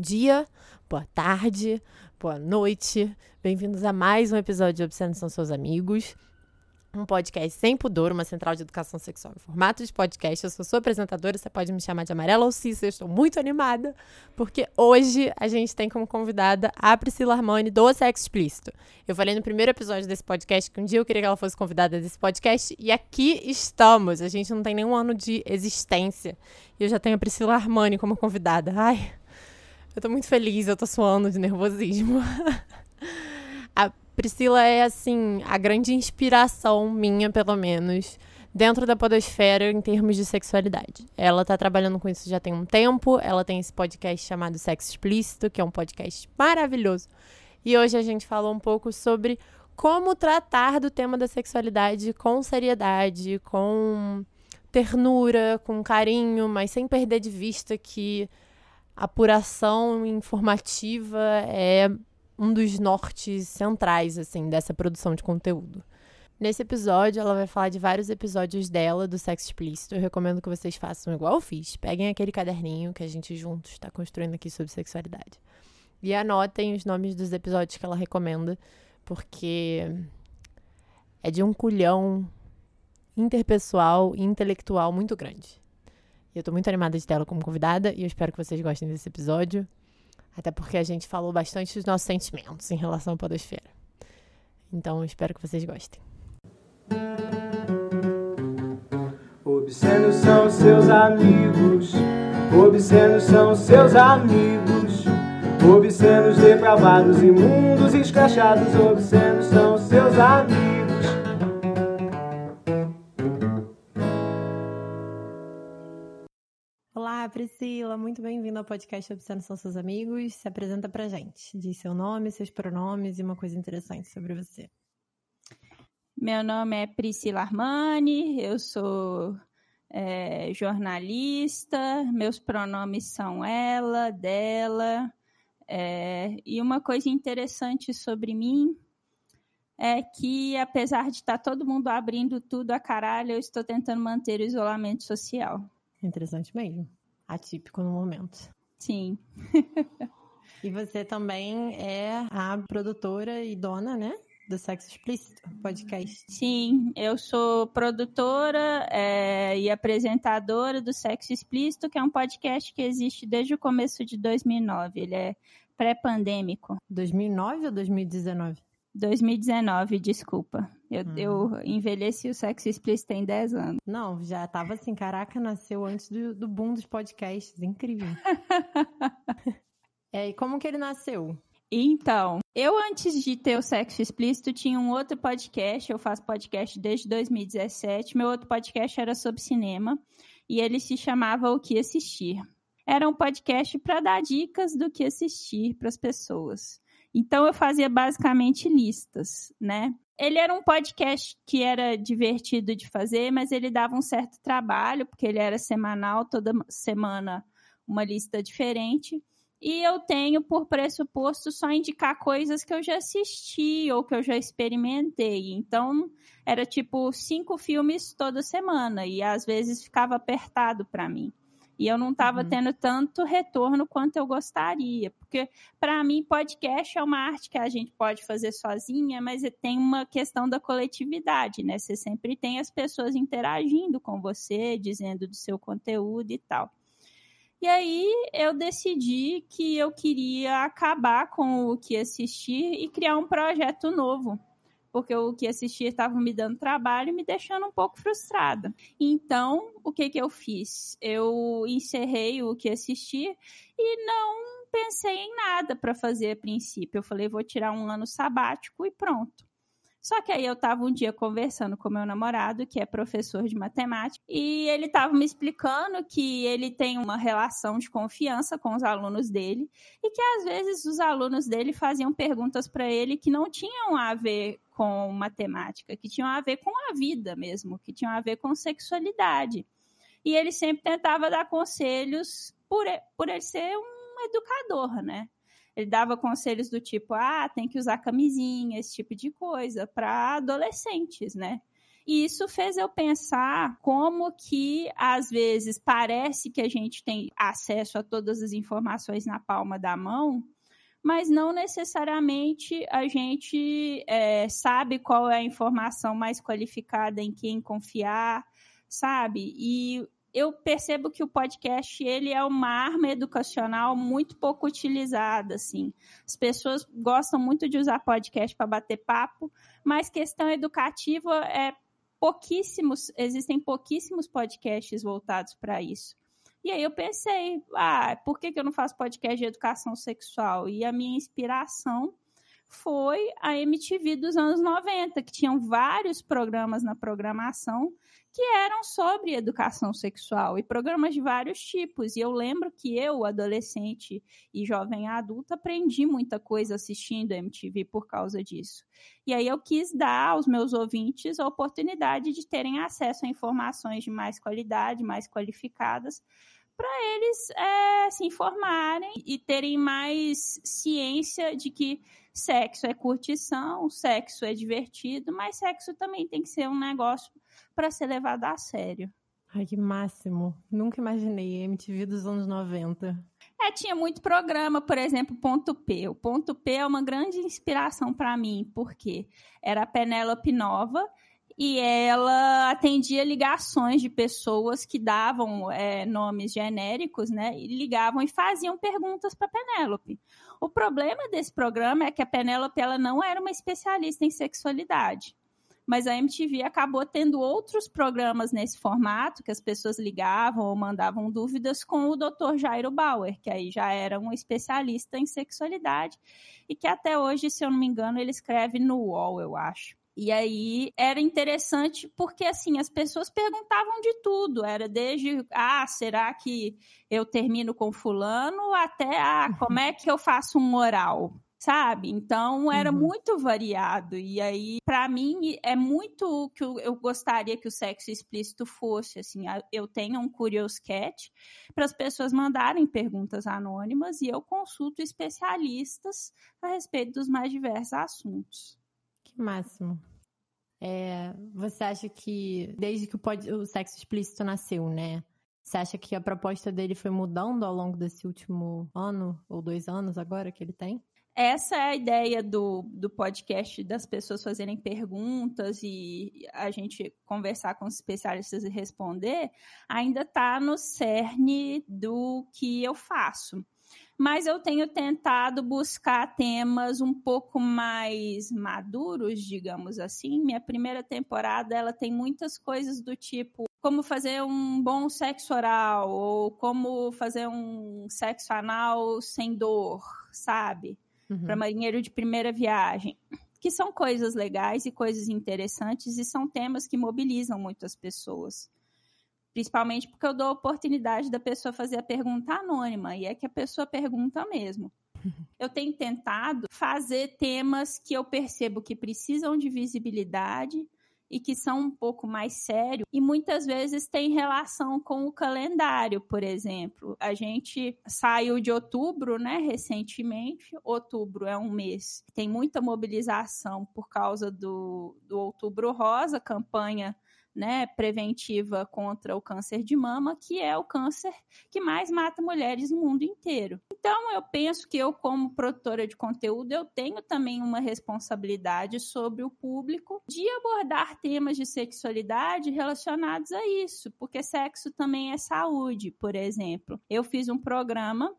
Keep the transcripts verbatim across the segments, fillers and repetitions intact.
dia, boa tarde, boa noite. Bem-vindos a mais um episódio de Obscenos São Seus Amigos. Um podcast sem pudor, uma central de educação sexual em formato de podcast. Eu sou sua apresentadora, você pode me chamar de Amarela ou Cissa. Eu estou muito animada, porque hoje a gente tem como convidada a Priscila Armani, do Sexo Explícito. Eu falei no primeiro episódio desse podcast que um dia eu queria que ela fosse convidada desse podcast, e aqui estamos. A gente não tem nenhum ano de existência, e eu já tenho a Priscila Armani como convidada. Ai, eu tô muito feliz, eu tô suando de nervosismo. A Priscila é, assim, a grande inspiração minha, pelo menos, dentro da podosfera em termos de sexualidade. Ela tá trabalhando com isso já tem um tempo, ela tem esse podcast chamado Sexo Explícito, que é um podcast maravilhoso. E hoje a gente falou um pouco sobre como tratar do tema da sexualidade com seriedade, com ternura, com carinho, mas sem perder de vista que a apuração informativa é um dos nortes centrais, assim, dessa produção de conteúdo. Nesse episódio, ela vai falar de vários episódios dela, do Sexo Explícito. Eu recomendo que vocês façam igual eu fiz. Peguem aquele caderninho que a gente juntos está construindo aqui sobre sexualidade. E anotem os nomes dos episódios que ela recomenda, porque é de um culhão interpessoal e intelectual muito grande. E eu tô muito animada de ter ela como convidada e eu espero que vocês gostem desse episódio. Até porque a gente falou bastante dos nossos sentimentos em relação à podosfera. Então, espero que vocês gostem. Obscenos são seus amigos, obscenos são seus amigos, obscenos, depravados, imundos, escrachados, obscenos são seus amigos. Olá, Priscila, muito bem-vinda ao podcast Obscenos São Seus Amigos. Se apresenta pra gente, diz seu nome, seus pronomes e uma coisa interessante sobre você. Meu nome é Priscila Armani, eu sou é, jornalista, meus pronomes são ela, dela, é, e uma coisa interessante sobre mim é que, apesar de estar todo mundo abrindo tudo a caralho, eu estou tentando manter o isolamento social. Interessante mesmo. Atípico no momento. Sim. E você também é a produtora e dona, né, do Sexo Explícito podcast. Sim, eu sou produtora é, e apresentadora do Sexo Explícito, que é um podcast que existe desde o começo de dois mil e nove. Ele é pré-pandêmico. dois mil e nove ou dois mil e dezenove? dois mil e dezenove, desculpa. Eu, hum. eu envelheci o Sexo Explícito tem dez anos. Não, já tava assim, caraca, nasceu antes do, do boom dos podcasts, incrível. É, e como que ele nasceu? Então, eu antes de ter o Sexo Explícito tinha um outro podcast, eu faço podcast desde dois mil e dezessete, meu outro podcast era sobre cinema e ele se chamava O Que Assistir. Era um podcast para dar dicas do que assistir para as pessoas. Então, eu fazia basicamente listas, né? Ele era um podcast que era divertido de fazer, mas ele dava um certo trabalho, porque ele era semanal, toda semana uma lista diferente. E eu tenho, por pressuposto, só indicar coisas que eu já assisti ou que eu já experimentei. Então, era tipo cinco filmes toda semana e às vezes ficava apertado para mim. E eu não estava uhum. tendo tanto retorno quanto eu gostaria. Porque, para mim, podcast é uma arte que a gente pode fazer sozinha, mas tem uma questão da coletividade, né? Você sempre tem as pessoas interagindo com você, dizendo do seu conteúdo e tal. E aí, eu decidi que eu queria acabar com o Que Assistir e criar um projeto novo. Porque o Que Assistir estava me dando trabalho e me deixando um pouco frustrada. Então, o que, que eu fiz? Eu encerrei o Que Assistir e não pensei em nada para fazer a princípio. Eu falei, vou tirar um ano sabático e pronto. Só que aí eu estava um dia conversando com meu namorado, que é professor de matemática, e ele estava me explicando que ele tem uma relação de confiança com os alunos dele e que às vezes os alunos dele faziam perguntas para ele que não tinham a ver com matemática, que tinham a ver com a vida mesmo, que tinham a ver com sexualidade. E ele sempre tentava dar conselhos por ele, por ele ser um educador, né? Ele dava conselhos do tipo, ah, tem que usar camisinha, esse tipo de coisa, para adolescentes, né? E isso fez eu pensar como que, às vezes, parece que a gente tem acesso a todas as informações na palma da mão, mas não necessariamente a gente é, sabe qual é a informação mais qualificada, em quem confiar, sabe? E eu percebo que o podcast ele é uma arma educacional muito pouco utilizada, assim. As pessoas gostam muito de usar podcast para bater papo, mas questão educativa é pouquíssimos, existem pouquíssimos podcasts voltados para isso. E aí eu pensei, ah, por que, que eu não faço podcast de educação sexual? E a minha inspiração foi a M T V dos anos noventa, que tinham vários programas na programação que eram sobre educação sexual, e programas de vários tipos. E eu lembro que eu, adolescente e jovem adulta, aprendi muita coisa assistindo a M T V por causa disso. E aí eu quis dar aos meus ouvintes a oportunidade de terem acesso a informações de mais qualidade, mais qualificadas, para eles é, se informarem e terem mais ciência de que sexo é curtição, sexo é divertido, mas sexo também tem que ser um negócio para ser levado a sério. Ai, que máximo. Nunca imaginei M T V dos anos noventa. É, tinha muito programa, por exemplo, Ponto P. O Ponto P é uma grande inspiração para mim, porque era a Penélope Nova, e ela atendia ligações de pessoas que davam é, nomes genéricos, né? E ligavam e faziam perguntas para a Penélope. O problema desse programa é que a Penélope ela não era uma especialista em sexualidade. Mas a M T V acabou tendo outros programas nesse formato, que as pessoas ligavam ou mandavam dúvidas com o doutor Jairo Bauer, que aí já era um especialista em sexualidade, e que até hoje, se eu não me engano, ele escreve no U O L, eu acho. E aí era interessante porque, assim, as pessoas perguntavam de tudo. Era desde, ah, será que eu termino com fulano? Até, ah, como é que eu faço um oral? Sabe? Então, era uhum. muito variado. E aí, para mim, é muito o que eu gostaria que o sexo explícito fosse. Assim, eu tenho um Curious Cat para as pessoas mandarem perguntas anônimas e eu consulto especialistas a respeito dos mais diversos assuntos. Que máximo. É, você acha que, desde que o, pod, o sexo explícito nasceu, né? Você acha que a proposta dele foi mudando ao longo desse último ano ou dois anos agora que ele tem? Essa é a ideia do, do podcast, das pessoas fazerem perguntas e a gente conversar com os especialistas e responder, ainda está no cerne do que eu faço. Mas eu tenho tentado buscar temas um pouco mais maduros, digamos assim. Minha primeira temporada, ela tem muitas coisas do tipo como fazer um bom sexo oral ou como fazer um sexo anal sem dor, sabe? Uhum. Para marinheiro de primeira viagem, que são coisas legais e coisas interessantes e são temas que mobilizam muito as pessoas. Principalmente porque eu dou a oportunidade da pessoa fazer a pergunta anônima, e é que a pessoa pergunta mesmo. Eu tenho tentado fazer temas que eu percebo que precisam de visibilidade e que são um pouco mais sérios, e muitas vezes tem relação com o calendário, por exemplo. A gente saiu de outubro, né, recentemente. Outubro é um mês que tem muita mobilização por causa do, do Outubro Rosa, campanha, né, preventiva contra o câncer de mama, que é o câncer que mais mata mulheres no mundo inteiro. Então, eu penso que eu, como produtora de conteúdo, eu tenho também uma responsabilidade sobre o público de abordar temas de sexualidade relacionados a isso, porque sexo também é saúde, por exemplo. Eu fiz um programa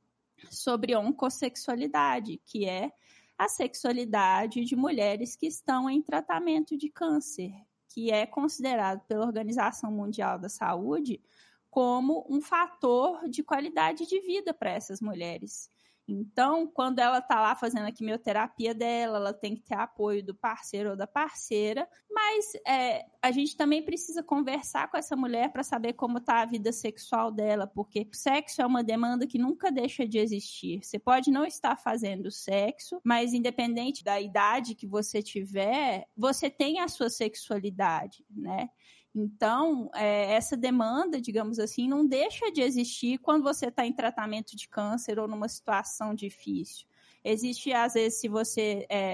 sobre oncossexualidade, que é a sexualidade de mulheres que estão em tratamento de câncer, que é considerado pela Organização Mundial da Saúde como um fator de qualidade de vida para essas mulheres. Então, quando ela está lá fazendo a quimioterapia dela, ela tem que ter apoio do parceiro ou da parceira, mas é, a gente também precisa conversar com essa mulher para saber como está a vida sexual dela, porque o sexo é uma demanda que nunca deixa de existir. Você pode não estar fazendo sexo, mas independente da idade que você tiver, você tem a sua sexualidade, né? Então, é, essa demanda, digamos assim, não deixa de existir quando você está em tratamento de câncer ou numa situação difícil. Existe, às vezes, se você é,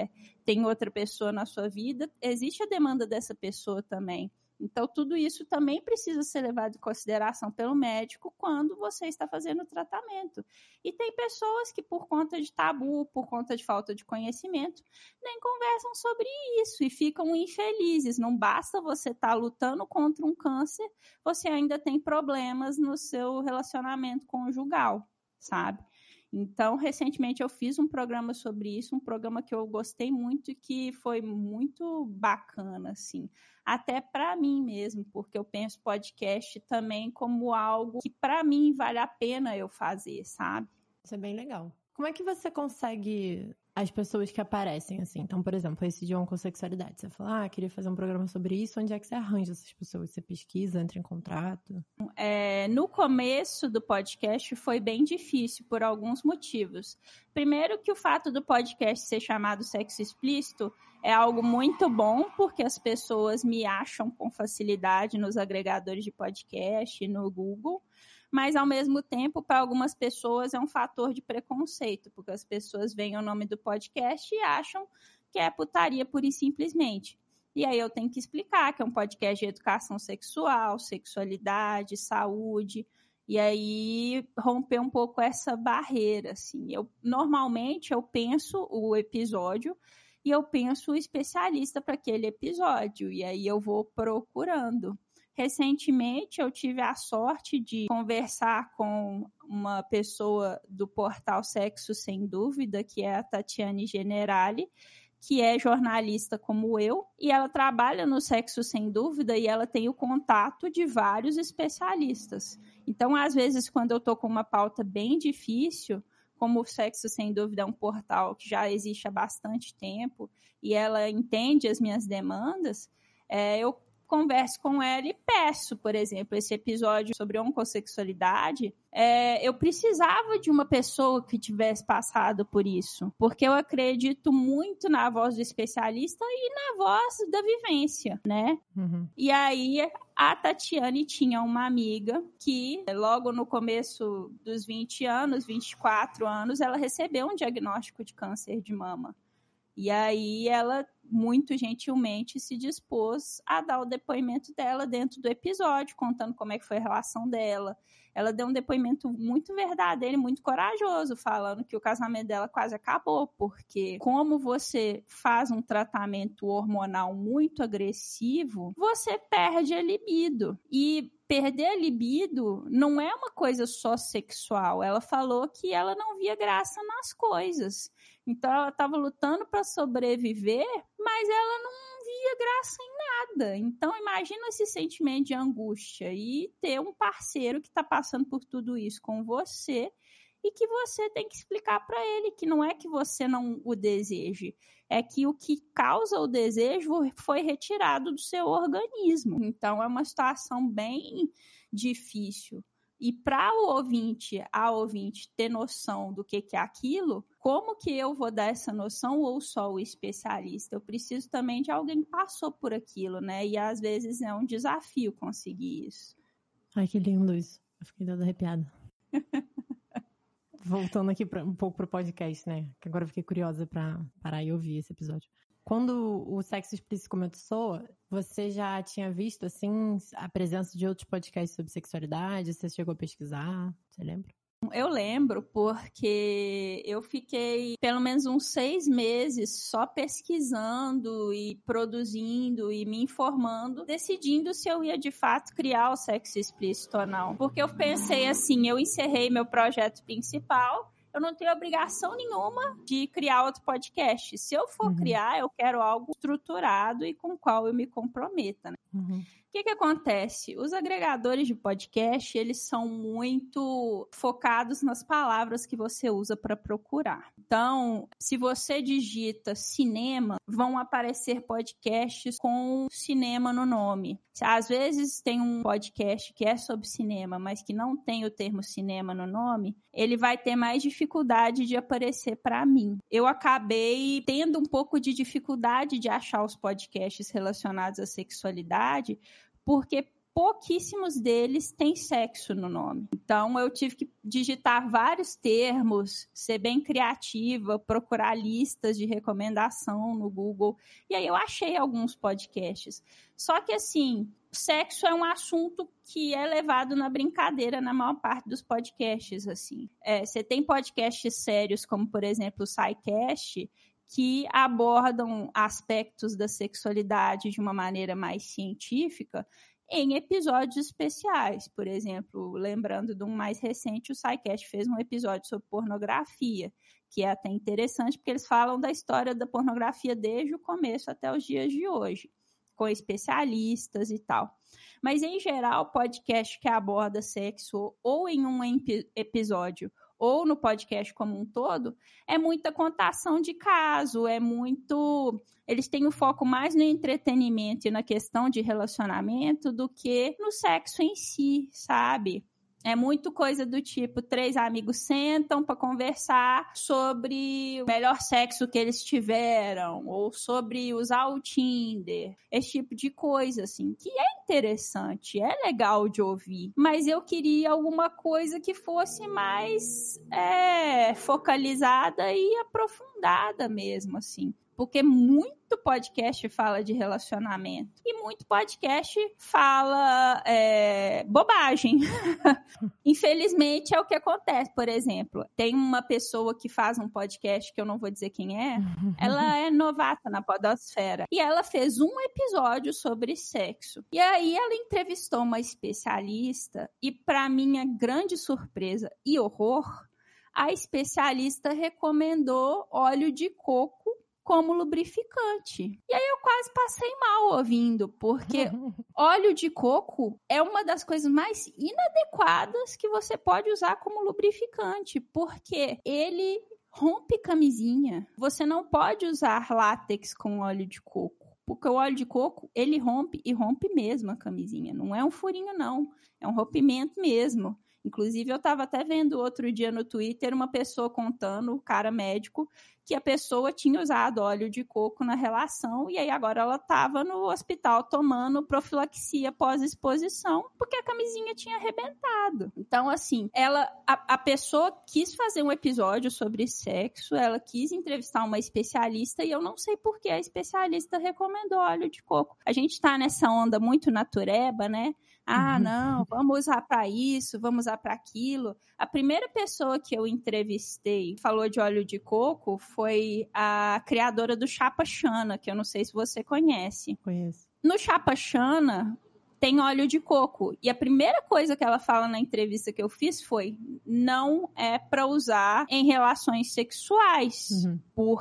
tem outra pessoa na sua vida, existe a demanda dessa pessoa também. Então, tudo isso também precisa ser levado em consideração pelo médico quando você está fazendo o tratamento. E tem pessoas que, por conta de tabu, por conta de falta de conhecimento, nem conversam sobre isso e ficam infelizes. Não basta você estar lutando contra um câncer, você ainda tem problemas no seu relacionamento conjugal, sabe? Então, recentemente eu fiz um programa sobre isso, um programa que eu gostei muito e que foi muito bacana, assim, até para mim mesmo, porque eu penso podcast também como algo que para mim vale a pena eu fazer, sabe? Isso é bem legal. Como é que você consegue as pessoas que aparecem, assim? Então, por exemplo, esse de oncossexualidade. Você fala, ah, queria fazer um programa sobre isso. Onde é que você arranja essas pessoas? Você pesquisa, entra em contrato? É, no começo do podcast foi bem difícil por alguns motivos. Primeiro que o fato do podcast ser chamado Sexo Explícito é algo muito bom, porque as pessoas me acham com facilidade nos agregadores de podcast, no Google. Mas, ao mesmo tempo, para algumas pessoas é um fator de preconceito, porque as pessoas veem o nome do podcast e acham que é putaria pura e simplesmente. E aí eu tenho que explicar que é um podcast de educação sexual, sexualidade, saúde, e aí romper um pouco essa barreira, assim. Eu, normalmente eu penso o episódio e eu penso o especialista para aquele episódio, e aí eu vou procurando. Recentemente, eu tive a sorte de conversar com uma pessoa do portal Sexo Sem Dúvida, que é a Tatiane Generali, que é jornalista como eu, e ela trabalha no Sexo Sem Dúvida e ela tem o contato de vários especialistas. Então, às vezes, quando eu estou com uma pauta bem difícil, como o Sexo Sem Dúvida é um portal que já existe há bastante tempo e ela entende as minhas demandas, é, eu converso com ela e peço, por exemplo, esse episódio sobre oncossexualidade, é, eu precisava de uma pessoa que tivesse passado por isso, porque eu acredito muito na voz do especialista e na voz da vivência, né? Uhum. E aí a Tatiane tinha uma amiga que logo no começo dos vinte anos, vinte e quatro anos, ela recebeu um diagnóstico de câncer de mama. E aí ela, muito gentilmente, se dispôs a dar o depoimento dela dentro do episódio, contando como é que foi a relação dela. Ela deu um depoimento muito verdadeiro e muito corajoso, falando que o casamento dela quase acabou, porque como você faz um tratamento hormonal muito agressivo, você perde a libido. E perder a libido não é uma coisa só sexual. Ela falou que ela não via graça nas coisas. Então, ela estava lutando para sobreviver, mas ela não via graça em nada. Então, imagina esse sentimento de angústia e ter um parceiro que está passando por tudo isso com você e que você tem que explicar para ele que não é que você não o deseje, é que o que causa o desejo foi retirado do seu organismo. Então, é uma situação bem difícil. E para o ouvinte, a ouvinte ter noção do que, que é aquilo, como que eu vou dar essa noção ou só o especialista? Eu preciso também de alguém que passou por aquilo, né? E às vezes é um desafio conseguir isso. Ai, que lindo isso. Eu fiquei toda arrepiada. Voltando aqui pra, um pouco pro podcast, né? Que agora eu fiquei curiosa pra parar e ouvir esse episódio. Quando o Sexo Explícito começou, você já tinha visto, assim, a presença de outros podcasts sobre sexualidade? Você chegou a pesquisar? Você lembra? Eu lembro porque eu fiquei pelo menos uns seis meses só pesquisando e produzindo e me informando, decidindo se eu ia de fato criar o Sexo Explícito ou não. Porque eu pensei assim, eu encerrei meu projeto principal, eu não tenho obrigação nenhuma de criar outro podcast. Se eu for uhum. criar, eu quero algo estruturado e com o qual eu me comprometa, né? Uhum. O que que acontece? Os agregadores de podcast, eles são muito focados nas palavras que você usa para procurar. Então, se você digita cinema, vão aparecer podcasts com cinema no nome. Às vezes tem um podcast que é sobre cinema, mas que não tem o termo cinema no nome, ele vai ter mais dificuldade de aparecer para mim. Eu acabei tendo um pouco de dificuldade de achar os podcasts relacionados à sexualidade, porque pouquíssimos deles têm sexo no nome. Então, eu tive que digitar vários termos, ser bem criativa, procurar listas de recomendação no Google. E aí eu achei alguns podcasts. Só que, assim, sexo é um assunto que é levado na brincadeira na maior parte dos podcasts, assim. É, você tem podcasts sérios, como, por exemplo, o SciCast, que abordam aspectos da sexualidade de uma maneira mais científica em episódios especiais. Por exemplo, lembrando de um mais recente, o SciCast fez um episódio sobre pornografia, que é até interessante, porque eles falam da história da pornografia desde o começo até os dias de hoje, com especialistas e tal. Mas, em geral, podcast que aborda sexo ou em um episódio ou no podcast como um todo, é muita contação de caso, é muito... Eles têm o foco mais no entretenimento e na questão de relacionamento do que no sexo em si, sabe? É muito coisa do tipo, três amigos sentam para conversar sobre o melhor sexo que eles tiveram, ou sobre usar o Tinder, esse tipo de coisa, assim, que é interessante, é legal de ouvir, mas eu queria alguma coisa que fosse mais é, focalizada e aprofundada mesmo, assim. Porque muito podcast fala de relacionamento e muito podcast fala é, bobagem. Infelizmente é o que acontece. Por exemplo, tem uma pessoa que faz um podcast que eu não vou dizer quem é. Ela é novata na podosfera e ela fez um episódio sobre sexo. E aí ela entrevistou uma especialista e, para minha grande surpresa e horror, a especialista recomendou óleo de coco como lubrificante. E aí eu quase passei mal ouvindo, porque óleo de coco é uma das coisas mais inadequadas que você pode usar como lubrificante, porque ele rompe camisinha. Você não pode usar látex com óleo de coco, porque o óleo de coco, ele rompe e rompe mesmo a camisinha. Não é um furinho, não. É um rompimento mesmo. Inclusive, eu estava até vendo outro dia no Twitter uma pessoa contando, o cara médico, que a pessoa tinha usado óleo de coco na relação e aí agora ela estava no hospital tomando profilaxia pós-exposição porque a camisinha tinha arrebentado. Então, assim, ela, a, a pessoa quis fazer um episódio sobre sexo, ela quis entrevistar uma especialista e eu não sei por que a especialista recomendou óleo de coco. A gente tá nessa onda muito natureba, né? Ah, não, vamos usar para isso, vamos usar para aquilo. A primeira pessoa que eu entrevistei falou de óleo de coco foi a criadora do Chapa Chana, que eu não sei se você conhece. Conheço. No Chapa Chana tem óleo de coco. E a primeira coisa que ela fala na entrevista que eu fiz foi: não é para usar em relações sexuais, uhum.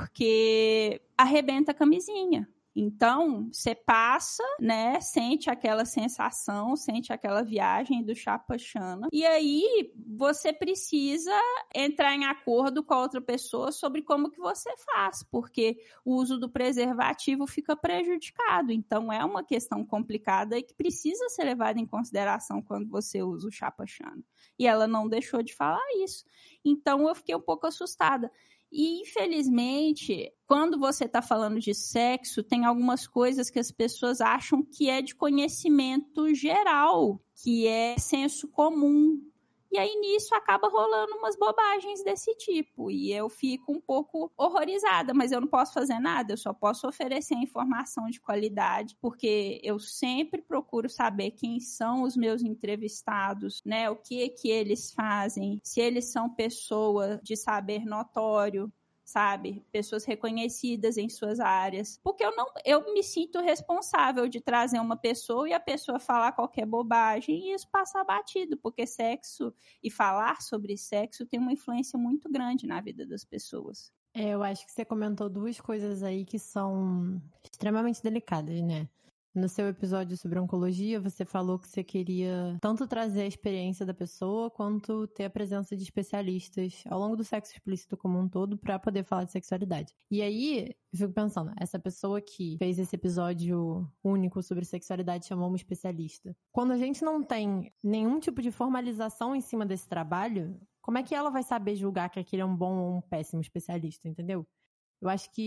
porque arrebenta a camisinha. Então, você passa, né, sente aquela sensação, sente aquela viagem do Chapa Chana, e aí você precisa entrar em acordo com a outra pessoa sobre como que você faz, porque o uso do preservativo fica prejudicado. Então, é uma questão complicada e que precisa ser levada em consideração quando você usa o Chapa Chana. E ela não deixou de falar isso. Então, eu fiquei um pouco assustada. E, infelizmente, quando você está falando de sexo, tem algumas coisas que as pessoas acham que é de conhecimento geral, que é senso comum. E aí, nisso, acaba rolando umas bobagens desse tipo. E eu fico um pouco horrorizada, mas eu não posso fazer nada, eu só posso oferecer informação de qualidade, porque eu sempre procuro saber quem são os meus entrevistados, né? O que é que eles fazem, se eles são pessoas de saber notório, sabe? Pessoas reconhecidas em suas áreas. Porque eu não, eu me sinto responsável de trazer uma pessoa e a pessoa falar qualquer bobagem e isso passar batido, porque sexo e falar sobre sexo tem uma influência muito grande na vida das pessoas. É, eu acho que você comentou duas coisas aí que são extremamente delicadas, né? No seu episódio sobre oncologia, você falou que você queria tanto trazer a experiência da pessoa quanto ter a presença de especialistas ao longo do sexo explícito como um todo para poder falar de sexualidade. E aí, eu fico pensando, essa pessoa que fez esse episódio único sobre sexualidade chamou uma especialista. Quando a gente não tem nenhum tipo de formalização em cima desse trabalho, como é que ela vai saber julgar que aquele é um bom ou um péssimo especialista, entendeu? Eu acho que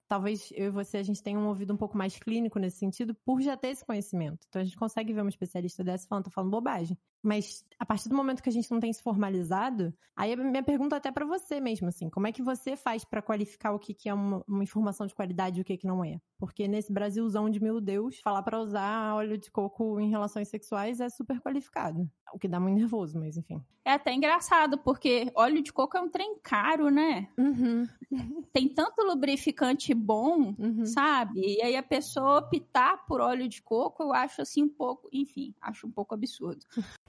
talvez eu e você, a gente tenha um ouvido um pouco mais clínico nesse sentido, por já ter esse conhecimento. Então a gente consegue ver uma especialista dessa falando, tá falando bobagem. Mas a partir do momento que a gente não tem isso formalizado, aí a minha pergunta até pra você mesmo, assim, como é que você faz pra qualificar o que, que é uma, uma informação de qualidade e o que, que não é? Porque nesse Brasilzão de meu Deus, falar pra usar óleo de coco em relações sexuais é super qualificado. O que dá muito nervoso, mas enfim. É até engraçado, porque óleo de coco é um trem caro, né? Uhum. Tem tanto lubrificante bom, Uhum. sabe? E aí a pessoa optar por óleo de coco, eu acho assim um pouco, enfim, acho um pouco absurdo.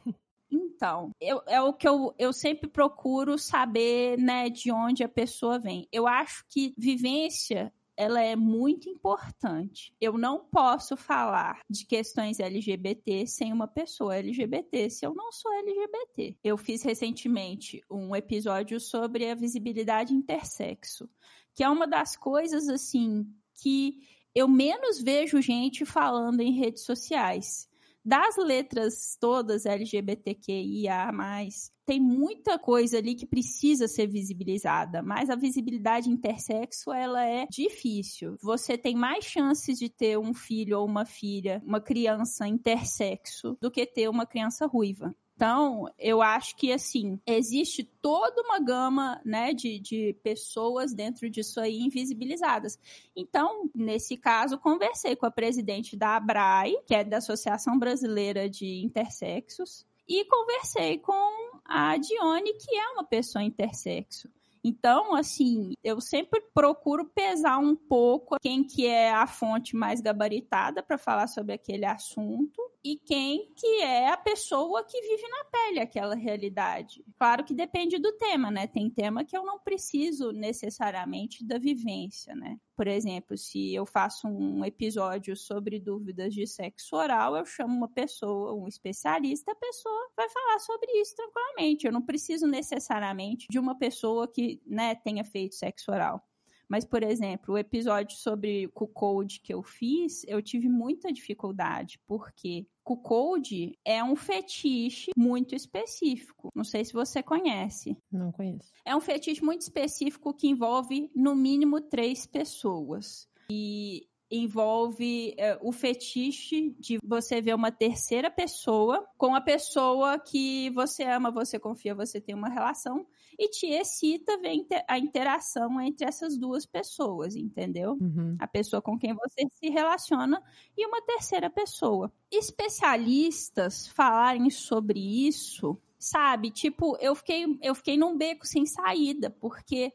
Então, eu, é o que eu, eu sempre procuro saber, né, de onde a pessoa vem. Eu acho que vivência, ela é muito importante. Eu não posso falar de questões L G B T sem uma pessoa L G B T, se eu não sou L G B T. Eu fiz recentemente um episódio sobre a visibilidade intersexo, que é uma das coisas, assim, que eu menos vejo gente falando em redes sociais. Das letras todas L G B T Q I A mais, tem muita coisa ali que precisa ser visibilizada, mas a visibilidade intersexo, ela é difícil. Você tem mais chances de ter um filho ou uma filha, uma criança intersexo, do que ter uma criança ruiva. Então, eu acho que, assim, existe toda uma gama, né, de, de pessoas dentro disso aí invisibilizadas. Então, nesse caso, conversei com a presidente da ABRAE, que é da Associação Brasileira de Intersexos, e conversei com a Dione, que é uma pessoa intersexo. Então, assim, eu sempre procuro pesar um pouco quem que é a fonte mais gabaritada para falar sobre aquele assunto e quem que é a pessoa que vive na pele aquela realidade. Claro que depende do tema, né? Tem tema que eu não preciso necessariamente da vivência, né? Por exemplo, se eu faço um episódio sobre dúvidas de sexo oral, eu chamo uma pessoa, um especialista, a pessoa vai falar sobre isso tranquilamente. Eu não preciso necessariamente de uma pessoa que, né, tenha feito sexo oral. Mas, por exemplo, o episódio sobre Cuckold que eu fiz, eu tive muita dificuldade, porque Cuckold é um fetiche muito específico. Não sei se você conhece. Não conheço. É um fetiche muito específico que envolve, no mínimo, três pessoas. E envolve é, o fetiche de você ver uma terceira pessoa com a pessoa que você ama, você confia, você tem uma relação e te excita ver a interação entre essas duas pessoas, entendeu? Uhum. A pessoa com quem você se relaciona e uma terceira pessoa. Especialistas falarem sobre isso, sabe? Tipo, eu fiquei, eu fiquei num beco sem saída, porque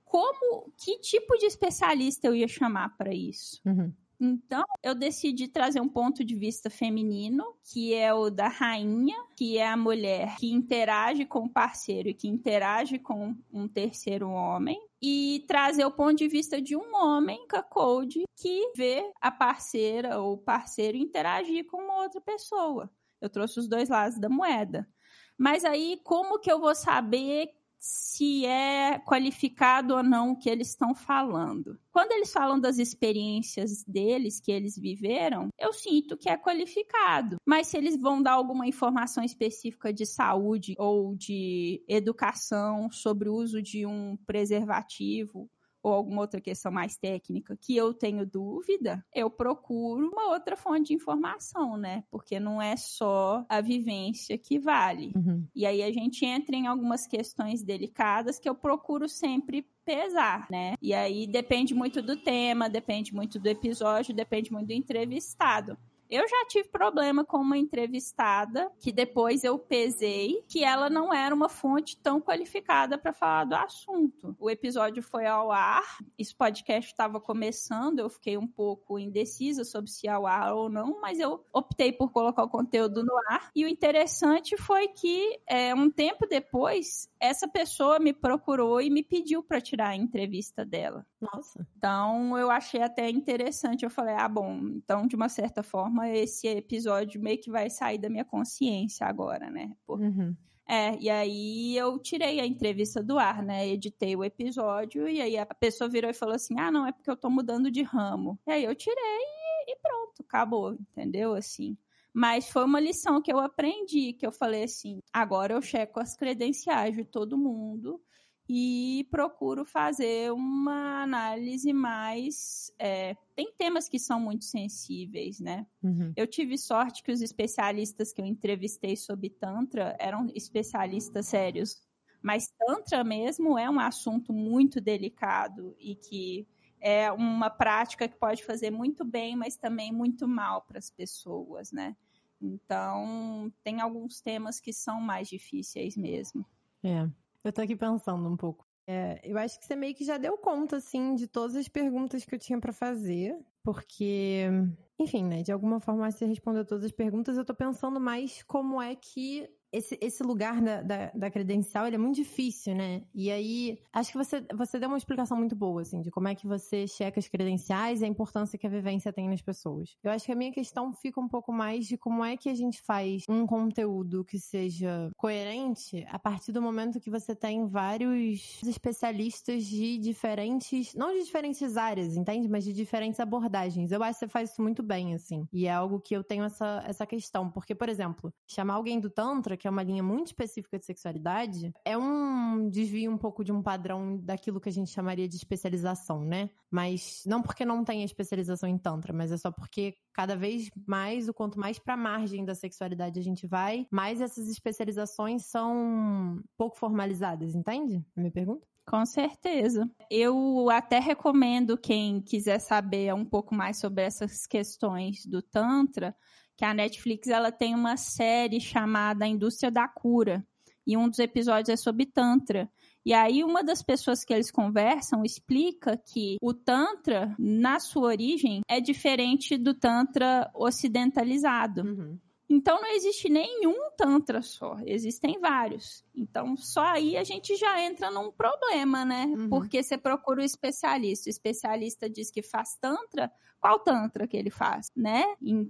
como, que tipo de especialista eu ia chamar para isso? Uhum. Então, eu decidi trazer um ponto de vista feminino, que é o da rainha, que é a mulher que interage com o parceiro e que interage com um terceiro homem, e trazer o ponto de vista de um homem, cuckold, que vê a parceira ou o parceiro interagir com uma outra pessoa. Eu trouxe os dois lados da moeda. Mas aí, como que eu vou saber se é qualificado ou não o que eles estão falando? Quando eles falam das experiências deles, que eles viveram, eu sinto que é qualificado. Mas se eles vão dar alguma informação específica de saúde ou de educação sobre o uso de um preservativo ou alguma outra questão mais técnica que eu tenho dúvida, eu procuro uma outra fonte de informação, né? Porque não é só a vivência que vale. Uhum. E aí a gente entra em algumas questões delicadas que eu procuro sempre pesar, né? E aí depende muito do tema, depende muito do episódio, depende muito do entrevistado. Eu já tive problema com uma entrevistada que depois eu pesei que ela não era uma fonte tão qualificada para falar do assunto. O episódio foi ao ar, esse podcast estava começando, eu fiquei um pouco indecisa sobre se ia ao ar ou não, mas eu optei por colocar o conteúdo no ar. E o interessante foi que é, um tempo depois, essa pessoa me procurou e me pediu para tirar a entrevista dela. Nossa. Então, eu achei até interessante. Eu falei, ah, bom, então, de uma certa forma, esse episódio meio que vai sair da minha consciência agora, né? Por... Uhum. É, e aí eu tirei a entrevista do ar, né? Editei o episódio e aí a pessoa virou e falou assim, ah, não, é porque eu tô mudando de ramo. E aí eu tirei e, e pronto, acabou, entendeu? Assim... Mas foi uma lição que eu aprendi, que eu falei assim, agora eu checo as credenciais de todo mundo e procuro fazer uma análise mais... É, tem temas que são muito sensíveis, né? Uhum. Eu tive sorte que os especialistas que eu entrevistei sobre Tantra eram especialistas sérios. Mas Tantra mesmo é um assunto muito delicado e que é uma prática que pode fazer muito bem, mas também muito mal para as pessoas, né? Então, tem alguns temas que são mais difíceis mesmo. É. Eu tô aqui pensando um pouco. É, eu acho que você meio que já deu conta, assim, de todas as perguntas que eu tinha pra fazer, porque, enfim, né, de alguma forma você respondeu todas as perguntas. Eu tô pensando mais como é que esse, esse lugar da, da, da credencial, ele é muito difícil, né? E aí, acho que você, você deu uma explicação muito boa, assim, de como é que você checa as credenciais e a importância que a vivência tem nas pessoas. Eu acho que a minha questão fica um pouco mais de como é que a gente faz um conteúdo que seja coerente a partir do momento que você tem vários especialistas de diferentes, não de diferentes áreas, entende? Mas de diferentes abordagens. Eu acho que você faz isso muito bem, assim. E é algo que eu tenho essa, essa questão. Porque, por exemplo, chamar alguém do Tantra, que é uma linha muito específica de sexualidade, é um desvio um pouco de um padrão daquilo que a gente chamaria de especialização, né? Mas não porque não tenha especialização em Tantra, mas é só porque cada vez mais, o quanto mais pra margem da sexualidade a gente vai, mais essas especializações são pouco formalizadas, entende? A minha pergunta? Com certeza. Eu até recomendo quem quiser saber um pouco mais sobre essas questões do Tantra, que a Netflix ela tem uma série chamada A Indústria da Cura, e um dos episódios é sobre Tantra. E aí uma das pessoas que eles conversam explica que o Tantra, na sua origem, é diferente do Tantra ocidentalizado. Uhum. Então, não existe nenhum Tantra só, existem vários. Então, só aí a gente já entra num problema, né? Uhum. Porque você procura o especialista, o especialista diz que faz Tantra, qual Tantra que ele faz, né?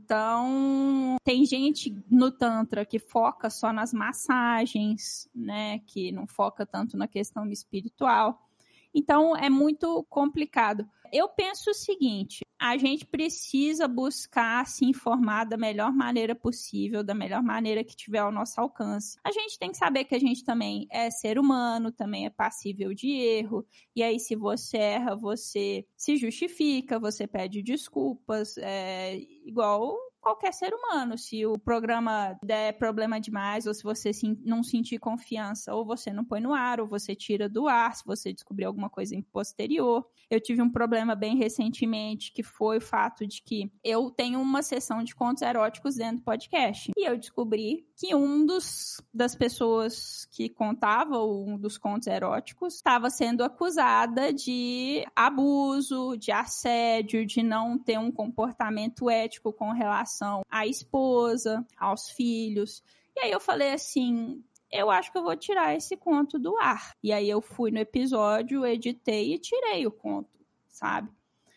Então, tem gente no Tantra que foca só nas massagens, né? Que não foca tanto na questão espiritual. Então, é muito complicado. Eu penso o seguinte, a gente precisa buscar se informar da melhor maneira possível, da melhor maneira que tiver ao nosso alcance. A gente tem que saber que a gente também é ser humano, também é passível de erro, e aí se você erra, você se justifica, você pede desculpas, é igual qualquer ser humano. Se o programa der problema demais, ou se você não sentir confiança, ou você não põe no ar, ou você tira do ar, se você descobrir alguma coisa em posterior. Eu tive um problema bem recentemente, que foi o fato de que eu tenho uma sessão de contos eróticos dentro do podcast. E eu descobri que um dos das pessoas que contava um dos contos eróticos estava sendo acusada de abuso, de assédio, de não ter um comportamento ético com relação à esposa, aos filhos. E aí eu falei assim, eu acho que eu vou tirar esse conto do ar. E aí eu fui no episódio, editei e tirei o conto, sabe?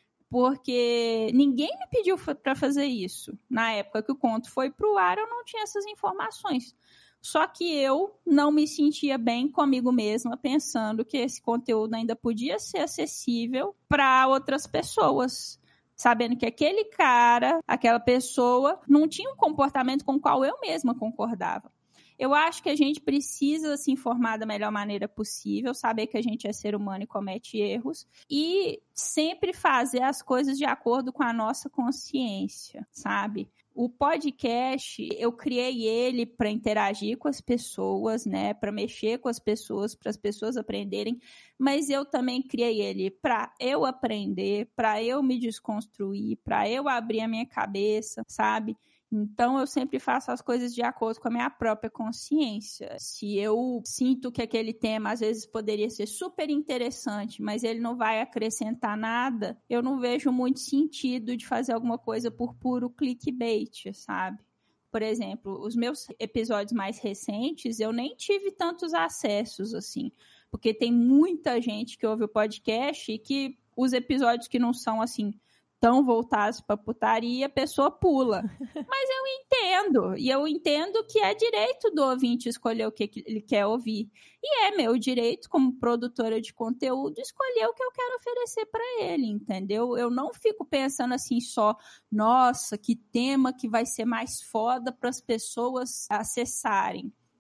Porque ninguém me pediu para fazer isso. Na época que o conto foi pro ar, eu não tinha essas informações. Só que eu não me sentia bem comigo mesma, pensando que esse conteúdo ainda podia ser acessível para outras pessoas, sabendo que aquele cara, aquela pessoa, não tinha um comportamento com o qual eu mesma concordava. Eu acho que a gente precisa se informar da melhor maneira possível, saber que a gente é ser humano e comete erros, e sempre fazer as coisas de acordo com a nossa consciência, sabe? O podcast, eu criei ele para interagir com as pessoas, né, para mexer com as pessoas, para as pessoas aprenderem, mas eu também criei ele para eu aprender, para eu me desconstruir, para eu abrir a minha cabeça, sabe? Então, eu sempre faço as coisas de acordo com a minha própria consciência. Se eu sinto que aquele tema, às vezes, poderia ser super interessante, mas ele não vai acrescentar nada, eu não vejo muito sentido de fazer alguma coisa por puro clickbait, sabe? Por exemplo, os meus episódios mais recentes, eu nem tive tantos acessos, assim, porque tem muita gente que ouve o podcast e que os episódios que não são, assim, tão voltados para putaria, a pessoa pula. Mas eu entendo, e eu entendo que é direito do ouvinte escolher o que ele quer ouvir. E é meu direito, como produtora de conteúdo, escolher o que eu quero oferecer para ele, entendeu? Eu não fico pensando assim só, nossa, que tema que vai ser mais foda para as pessoas acessarem.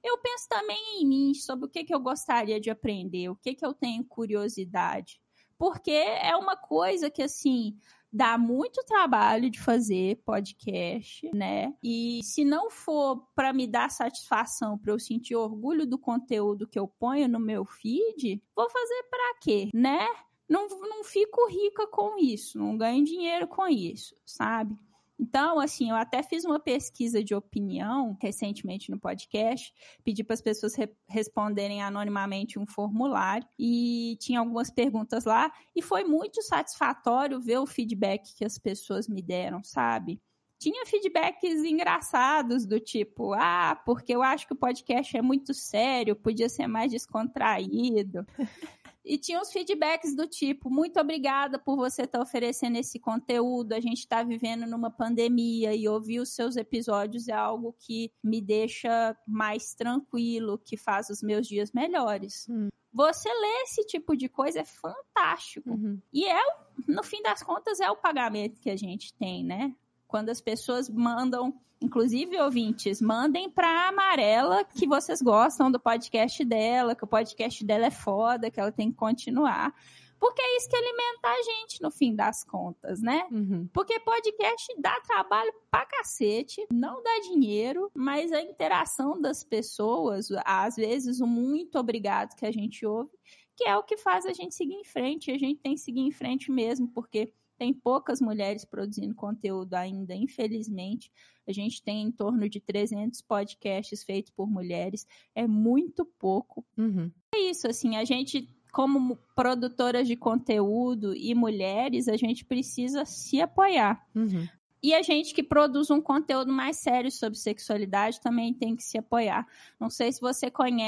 eu penso também em mim, sobre o que, que eu gostaria de aprender, o que, que eu tenho curiosidade. Porque é uma coisa que, assim, dá muito trabalho de fazer podcast, né? E se não for para me dar satisfação, para eu sentir orgulho do conteúdo que eu ponho no meu feed, vou fazer para quê, né? Não, não fico rica com isso, não ganho dinheiro com isso, sabe? Então, assim, eu até fiz uma pesquisa de opinião recentemente no podcast, pedi para as pessoas re- responderem anonimamente um formulário e tinha algumas perguntas lá e foi muito satisfatório ver o feedback que as pessoas me deram, sabe? Tinha feedbacks engraçados do tipo, ah, porque eu acho que o podcast é muito sério, podia ser mais descontraído. E tinha os feedbacks do tipo, muito obrigada por você estar oferecendo esse conteúdo, a gente está vivendo numa pandemia e ouvir os seus episódios é algo que me deixa mais tranquilo, que faz os meus dias melhores. Hum. Você ler esse tipo de coisa é fantástico. Uhum. E é, no fim das contas, é o pagamento que a gente tem, né? Quando as pessoas mandam, inclusive ouvintes, mandem pra Amarela que vocês gostam do podcast dela, que o podcast dela é foda, que ela tem que continuar. Porque é isso que alimenta a gente, no fim das contas, né? Uhum. Porque podcast dá trabalho pra cacete, não dá dinheiro, mas a interação das pessoas, às vezes o muito obrigado que a gente ouve, que é o que faz a gente seguir em frente. E a gente tem que seguir em frente mesmo, porque tem poucas mulheres produzindo conteúdo ainda, infelizmente. A gente tem em torno de trezentos podcasts feitos por mulheres. É muito pouco. Uhum. É isso, assim, a gente, como produtoras de conteúdo e mulheres, a gente precisa se apoiar. Uhum. E a gente que produz um conteúdo mais sério sobre sexualidade também tem que se apoiar. Não sei se você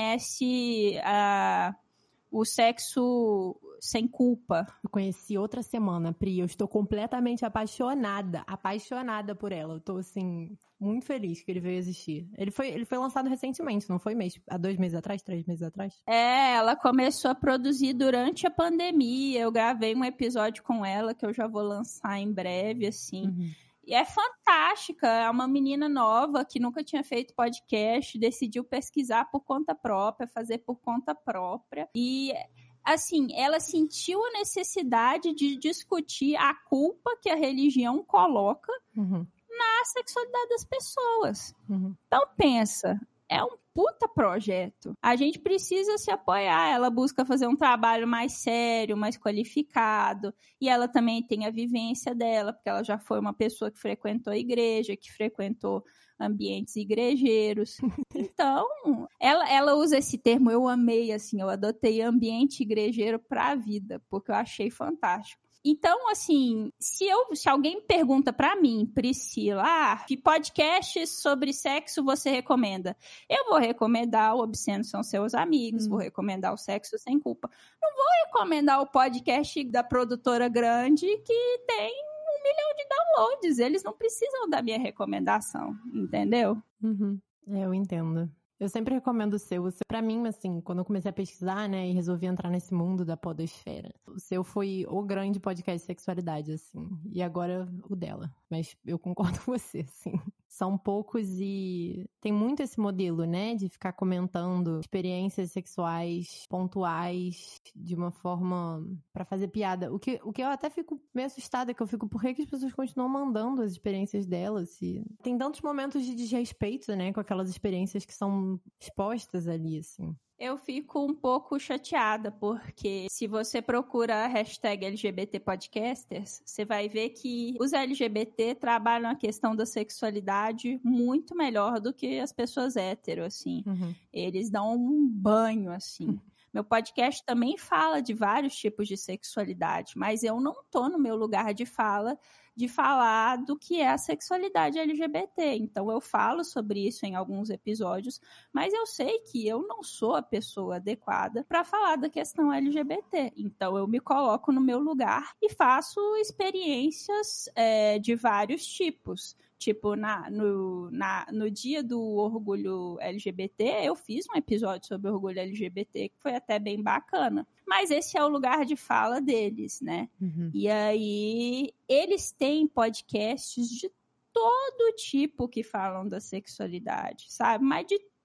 conhece a... o Sexo Sem Culpa. Eu conheci outra semana, Pri. Eu estou completamente apaixonada. Apaixonada por ela. Eu tô, assim, muito feliz que ele veio existir. Ele foi, ele foi lançado recentemente, não foi mês? Há dois meses atrás? Três meses atrás? É, ela começou a produzir durante a pandemia. Eu gravei um episódio com ela que eu já vou lançar em breve, assim. Uhum. E é fantástica, é uma menina nova que nunca tinha feito podcast, decidiu pesquisar por conta própria, fazer por conta própria. E, assim, ela sentiu a necessidade de discutir a culpa que a religião coloca uhum. na sexualidade das pessoas. Uhum. Então, pensa, é um puta projeto. A gente precisa se apoiar. Ela busca fazer um trabalho mais sério, mais qualificado. E ela também tem a vivência dela, porque ela já foi uma pessoa que frequentou a igreja, que frequentou ambientes igrejeiros. Então, ela, ela usa esse termo, eu amei, assim, eu adotei ambiente igrejeiro pra vida, porque eu achei fantástico. Então, assim, se, eu, se alguém pergunta pra mim, Priscila, ah, que podcast sobre sexo você recomenda? Eu vou recomendar o Obscenos São Seus Amigos, hum. vou recomendar o Sexo Sem Culpa. Não vou recomendar o podcast da produtora grande que tem um milhão de downloads. Eles não precisam da minha recomendação, entendeu? Uhum. É, eu entendo. Eu sempre recomendo o seu. O seu, pra mim, assim, quando eu comecei a pesquisar, né, e resolvi entrar nesse mundo da podosfera, o seu foi o grande podcast de sexualidade, assim, e agora o dela. Mas eu concordo com você, assim. São poucos e tem muito esse modelo, né, de ficar comentando experiências sexuais pontuais de uma forma pra fazer piada. O que, o que eu até fico meio assustada, que eu fico, por que, que as pessoas continuam mandando as experiências delas? Se... Tem tantos momentos de desrespeito, né, com aquelas experiências que são expostas ali, assim. Eu fico um pouco chateada, porque se você procura a hashtag L G B T Podcasters, você vai ver que os L G B T trabalham a questão da sexualidade muito melhor do que as pessoas hétero, assim. Uhum. Eles dão um banho, assim. Uhum. Meu podcast também fala de vários tipos de sexualidade, mas eu não tô no meu lugar de fala de falar do que é a sexualidade L G B T. Então, eu falo sobre isso em alguns episódios, mas eu sei que eu não sou a pessoa adequada para falar da questão L G B T. Então, eu me coloco no meu lugar e faço experiências é, de vários tipos. Tipo, na, no, na, no dia do orgulho L G B T, eu fiz um episódio sobre orgulho L G B T, que foi até bem bacana. Mas esse é o lugar de fala deles, né? Uhum. E aí, eles têm podcasts de todo tipo que falam da sexualidade, sabe? Mas de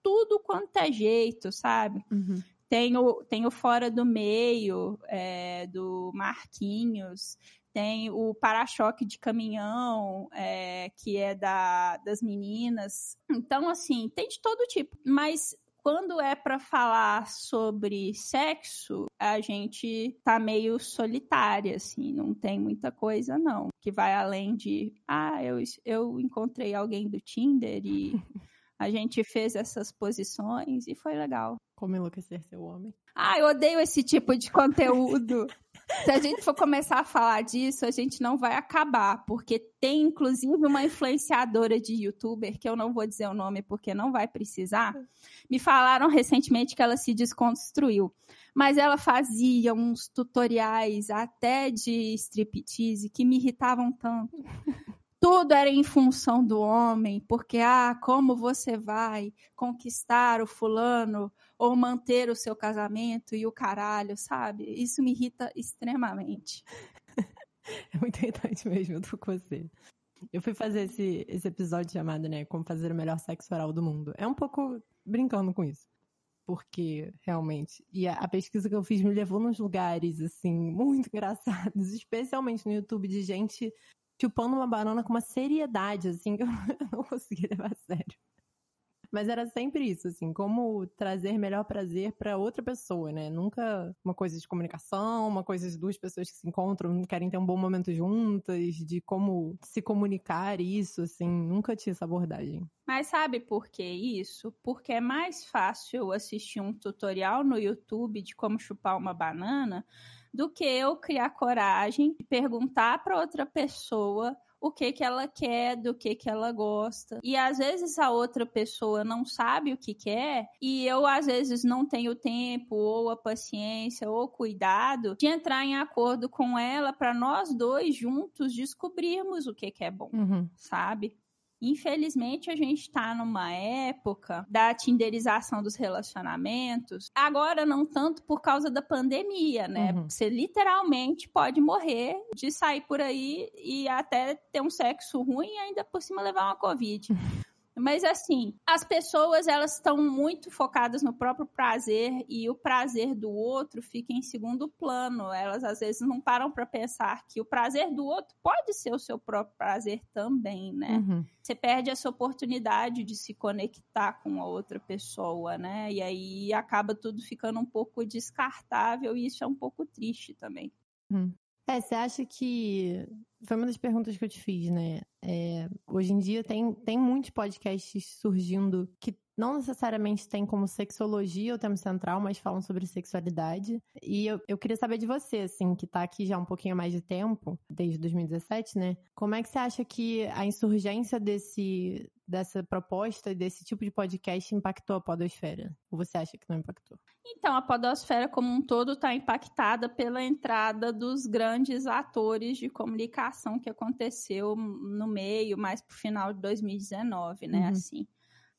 tudo quanto é jeito, sabe? Uhum. Tem o, tem o Fora do Meio, é, do Marquinhos, tem o Para-choque de Caminhão, é, que é da, das meninas. Então, assim, tem de todo tipo. Mas quando é para falar sobre sexo, a gente tá meio solitária, assim, não tem muita coisa, não. Que vai além de, ah, eu, eu encontrei alguém do Tinder e a gente fez essas posições e foi legal. Como enlouquecer seu homem. Ah, eu odeio esse tipo de conteúdo. Se a gente for começar a falar disso, a gente não vai acabar, porque tem, inclusive, uma influenciadora de youtuber, que eu não vou dizer o nome porque não vai precisar, me falaram recentemente que ela se desconstruiu, mas ela fazia uns tutoriais até de striptease que me irritavam tanto. Tudo era em função do homem, porque, ah, como você vai conquistar o fulano ou manter o seu casamento e o caralho, sabe? Isso me irrita extremamente. É muito irritante mesmo, eu tô com você. Eu fui fazer esse, esse episódio chamado, né, Como Fazer o Melhor Sexo Oral do Mundo. É um pouco brincando com isso. Porque, realmente, e a, a pesquisa que eu fiz me levou nos lugares, assim, muito engraçados, especialmente no YouTube, de gente chupando uma banana com uma seriedade, assim, que eu não consegui levar a sério. Mas era sempre isso, assim, como trazer melhor prazer pra outra pessoa, né? Nunca uma coisa de comunicação, uma coisa de duas pessoas que se encontram, querem ter um bom momento juntas, de como se comunicar isso, assim, nunca tinha essa abordagem. Mas sabe por que isso? Porque é mais fácil assistir um tutorial no YouTube de como chupar uma banana do que eu criar coragem de perguntar para outra pessoa o que que ela quer, do que que ela gosta. E às vezes a outra pessoa não sabe o que quer e eu às vezes não tenho tempo ou a paciência ou o cuidado de entrar em acordo com ela para nós dois juntos descobrirmos o que que é bom, uhum. sabe? Infelizmente, a gente está numa época da tinderização dos relacionamentos. Agora, não tanto por causa da pandemia, né? Uhum. Você literalmente pode morrer de sair por aí e até ter um sexo ruim e ainda por cima levar uma Covid. Mas, assim, as pessoas, elas estão muito focadas no próprio prazer e o prazer do outro fica em segundo plano. Elas, às vezes, não param para pensar que o prazer do outro pode ser o seu próprio prazer também, né? Uhum. Você perde essa oportunidade de se conectar com a outra pessoa, né? E aí acaba tudo ficando um pouco descartável e isso é um pouco triste também. Uhum. É, você acha que... Foi uma das perguntas que eu te fiz, né? É, hoje em dia tem, tem muitos podcasts surgindo que não necessariamente tem como sexologia o tema central, mas falam sobre sexualidade. E eu, eu queria saber de você, assim, que tá aqui já há um pouquinho mais de tempo, desde dois mil e dezessete, né? Como é que você acha que a insurgência desse, dessa proposta, desse tipo de podcast impactou a podosfera? Ou você acha que não impactou? Então, a podosfera como um todo está impactada pela entrada dos grandes atores de comunicação que aconteceu no meio, mais pro final de dois mil e dezenove, né? Uhum. Assim,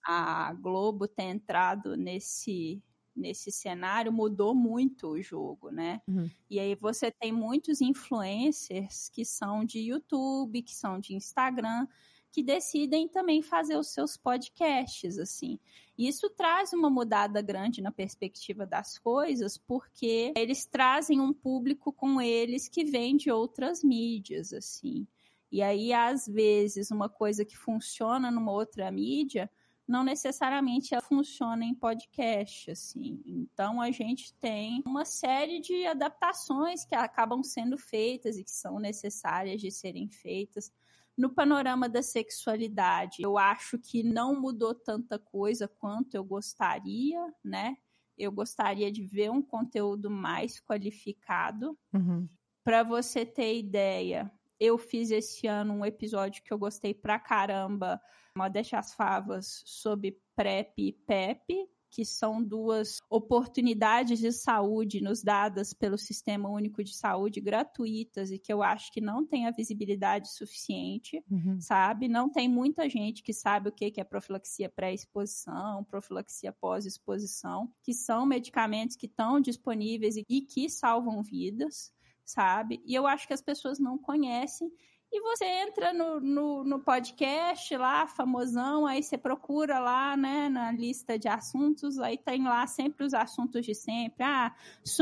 a Globo ter entrado nesse, nesse cenário mudou muito o jogo, né? Uhum. E aí você tem muitos influencers que são de YouTube, que são de Instagram, que decidem também fazer os seus podcasts, assim. Isso traz uma mudada grande na perspectiva das coisas, porque eles trazem um público com eles que vem de outras mídias, assim. E aí, às vezes, uma coisa que funciona numa outra mídia, não necessariamente ela funciona em podcast, assim. Então, a gente tem uma série de adaptações que acabam sendo feitas e que são necessárias de serem feitas. No panorama da sexualidade, eu acho que não mudou tanta coisa quanto eu gostaria, né? Eu gostaria de ver um conteúdo mais qualificado. Uhum. Para você ter ideia, eu fiz esse ano um episódio que eu gostei pra caramba, Modéstia às Favas, sobre PrEP e PEP, que são duas oportunidades de saúde nos dadas pelo Sistema Único de Saúde gratuitas e que eu acho que não tem a visibilidade suficiente, Uhum. sabe? Não tem muita gente que sabe o que é profilaxia pré-exposição, profilaxia pós-exposição, que são medicamentos que estão disponíveis e que salvam vidas, sabe? E eu acho que as pessoas não conhecem E você entra no, no, no podcast lá, famosão, aí você procura lá, né, na lista de assuntos, aí tem lá sempre os assuntos de sempre. Ah,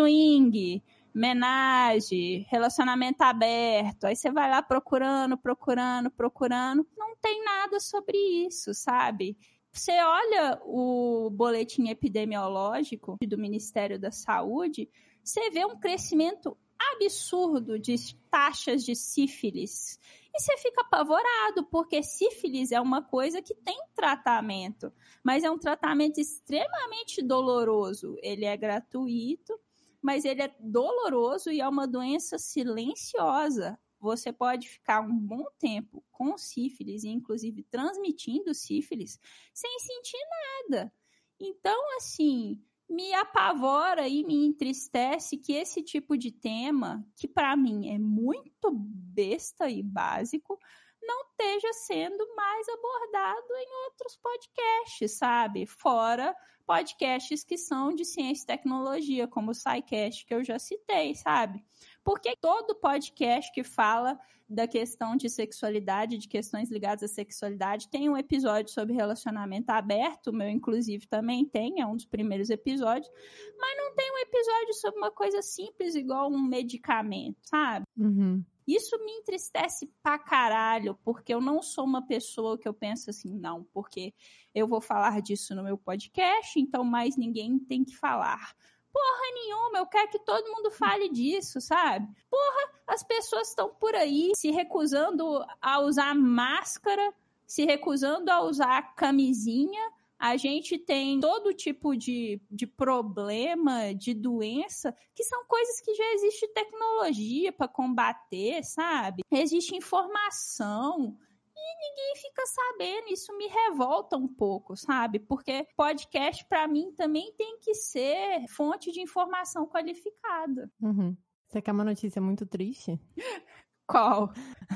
swing, menagem, relacionamento aberto. Aí você vai lá procurando, procurando, procurando. Não tem nada sobre isso, sabe? Você olha o boletim epidemiológico do Ministério da Saúde, você vê um crescimento absurdo de taxas de sífilis. E você fica apavorado, porque sífilis é uma coisa que tem tratamento, mas é um tratamento extremamente doloroso. Ele é gratuito, mas ele é doloroso e é uma doença silenciosa. Você pode ficar um bom tempo com sífilis, inclusive transmitindo sífilis, sem sentir nada. Então, assim, me apavora e me entristece que esse tipo de tema, que para mim é muito besta e básico, não esteja sendo mais abordado em outros podcasts, sabe? Fora podcasts que são de ciência e tecnologia, como o SciCast, que eu já citei, sabe? Porque todo podcast que fala da questão de sexualidade, de questões ligadas à sexualidade, tem um episódio sobre relacionamento aberto, o meu inclusive também tem, é um dos primeiros episódios, mas não tem um episódio sobre uma coisa simples igual um medicamento, sabe? Uhum. Isso me entristece pra caralho, porque eu não sou uma pessoa que eu penso assim, não, porque eu vou falar disso no meu podcast, então mais ninguém tem que falar. Porra nenhuma, eu quero que todo mundo fale disso, sabe? Porra, as pessoas estão por aí se recusando a usar máscara, se recusando a usar camisinha. A gente tem todo tipo de, de problema, de doença, que são coisas que já existe tecnologia para combater, sabe? Existe informação e ninguém fica sabendo. Isso me revolta um pouco, sabe? Porque podcast, para mim, também tem que ser fonte de informação qualificada. Uhum. Você quer uma notícia muito triste? Qual?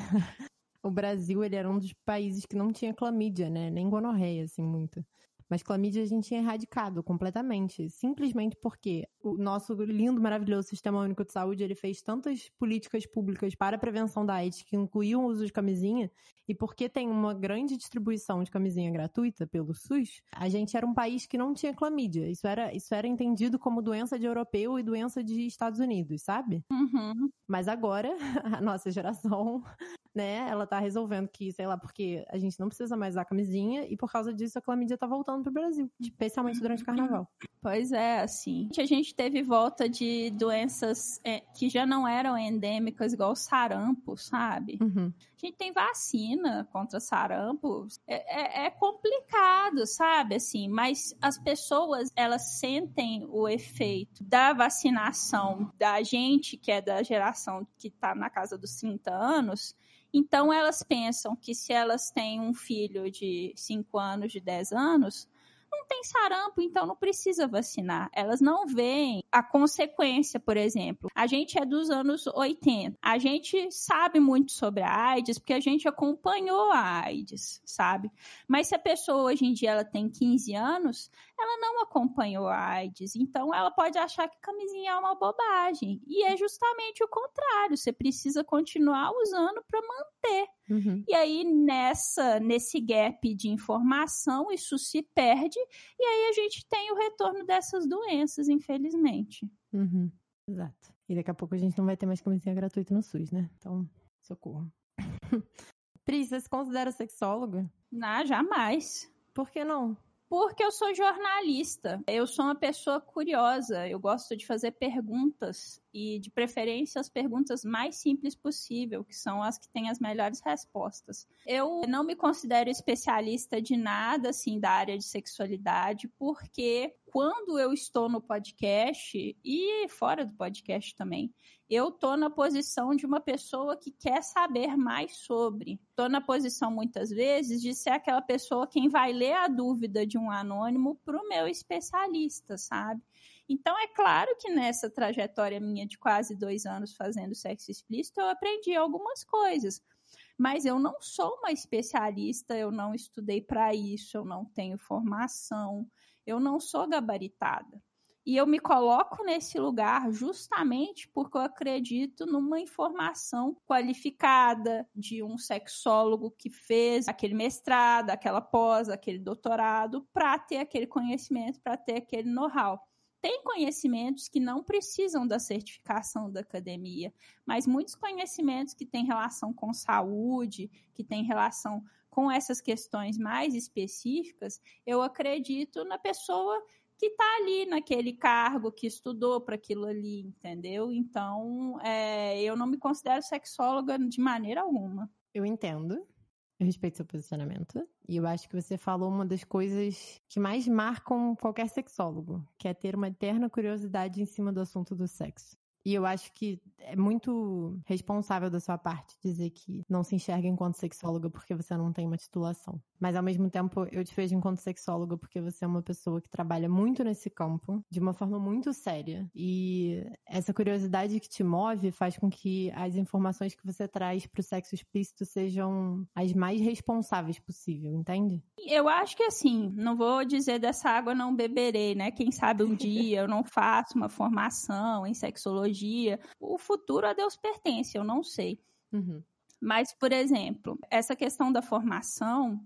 O Brasil, ele era um dos países que não tinha clamídia, né? Nem gonorreia, assim, muito. Mas clamídia a gente tinha erradicado completamente, simplesmente porque o nosso lindo, maravilhoso Sistema Único de Saúde, ele fez tantas políticas públicas para a prevenção da AIDS que incluíam o uso de camisinha, e porque tem uma grande distribuição de camisinha gratuita pelo SUS, a gente era um país que não tinha clamídia. Isso era, isso era entendido como doença de europeu e doença de Estados Unidos, sabe? Uhum. Mas agora, a nossa geração, né, ela tá resolvendo que, sei lá, porque a gente não precisa mais usar camisinha e por causa disso a clamídia tá voltando pro Brasil, especialmente durante o carnaval. Pois é, assim. A gente teve volta de doenças é, que já não eram endêmicas, igual sarampo, sabe? Uhum. A gente tem vacina contra sarampo. É, é, é complicado, sabe? Assim, mas as pessoas, elas sentem o efeito da vacinação da gente, que é da geração que tá na casa dos trinta anos. Então, elas pensam que se elas têm um filho de cinco anos, de dez anos, não tem sarampo, então não precisa vacinar. Elas não veem a consequência, por exemplo. A gente é dos anos oitenta. A gente sabe muito sobre a AIDS porque a gente acompanhou a AIDS, sabe? Mas se a pessoa hoje em dia ela tem quinze anos, ela não acompanhou a AIDS. Então ela pode achar que camisinha é uma bobagem. E é justamente o contrário. Você precisa continuar usando para manter. Uhum. E aí, nessa, nesse gap de informação, isso se perde, e aí a gente tem o retorno dessas doenças, infelizmente. Uhum. Exato. E daqui a pouco a gente não vai ter mais camisinha gratuita no SUS, né? Então, socorro. Pri, você se considera sexóloga? Não, jamais. Por que não? Porque eu sou jornalista. Eu sou uma pessoa curiosa. Eu gosto de fazer perguntas e, de preferência, as perguntas mais simples possível, que são as que têm as melhores respostas. Eu não me considero especialista de nada, assim, da área de sexualidade, porque quando eu estou no podcast e fora do podcast também, eu estou na posição de uma pessoa que quer saber mais sobre. Estou na posição, muitas vezes, de ser aquela pessoa quem vai ler a dúvida de um anônimo para o meu especialista, sabe? Então, é claro que nessa trajetória minha de quase dois anos fazendo sexo explícito, eu aprendi algumas coisas. Mas eu não sou uma especialista, eu não estudei para isso, eu não tenho formação, eu não sou gabaritada. E eu me coloco nesse lugar justamente porque eu acredito numa informação qualificada de um sexólogo que fez aquele mestrado, aquela pós, aquele doutorado, para ter aquele conhecimento, para ter aquele know-how. Tem conhecimentos que não precisam da certificação da academia, mas muitos conhecimentos que têm relação com saúde, que têm relação com essas questões mais específicas, eu acredito na pessoa que está ali naquele cargo, que estudou para aquilo ali, entendeu? Então, é, eu não me considero sexóloga de maneira alguma. Eu entendo, eu respeito seu posicionamento, e eu acho que você falou uma das coisas que mais marcam qualquer sexólogo, que é ter uma eterna curiosidade em cima do assunto do sexo. E eu acho que é muito responsável da sua parte dizer que não se enxerga enquanto sexóloga porque você não tem uma titulação. Mas, ao mesmo tempo, eu te vejo enquanto sexóloga porque você é uma pessoa que trabalha muito nesse campo, de uma forma muito séria. E essa curiosidade que te move faz com que as informações que você traz para o sexo explícito sejam as mais responsáveis possível, entende? Eu acho que, assim, não vou dizer dessa água não beberei, né? Quem sabe um dia eu não faço uma formação em sexologia. O futuro a Deus pertence, eu não sei. Uhum. Mas, por exemplo, essa questão da formação,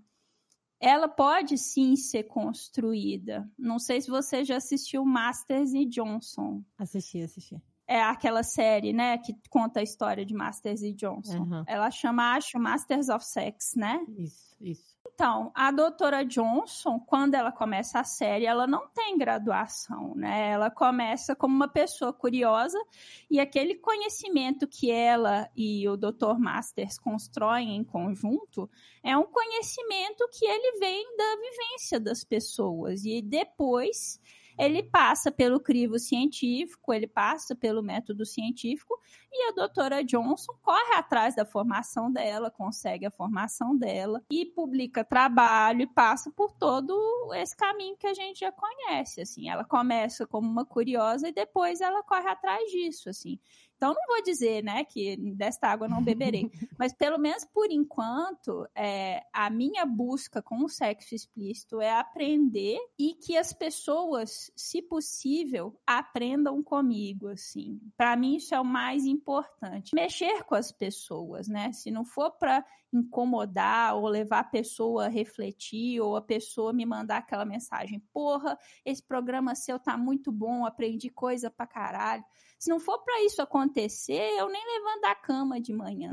ela pode sim ser construída. Não sei se você já assistiu Masters e Johnson. Assisti, assisti. É aquela série, né, que conta a história de Masters e Johnson. Uhum. Ela chama, acho, Masters of Sex, né? Isso, isso. Então, a doutora Johnson, quando ela começa a série, ela não tem graduação, né? Ela começa como uma pessoa curiosa e aquele conhecimento que ela e o doutor Masters constroem em conjunto é um conhecimento que ele vem da vivência das pessoas. E depois ele passa pelo crivo científico, ele passa pelo método científico e a doutora Johnson corre atrás da formação dela, consegue a formação dela e publica trabalho e passa por todo esse caminho que a gente já conhece, assim. Ela começa como uma curiosa e depois ela corre atrás disso, assim. Então, não vou dizer, né, que desta água não beberei, mas pelo menos por enquanto, é, a minha busca com o sexo explícito é aprender e que as pessoas, se possível, aprendam comigo, assim. Para mim, isso é o mais importante. Mexer com as pessoas, né? Se não for para incomodar ou levar a pessoa a refletir ou a pessoa me mandar aquela mensagem, porra, esse programa seu tá muito bom, aprendi coisa pra caralho. Se não for para isso acontecer, eu nem levanto da cama de manhã.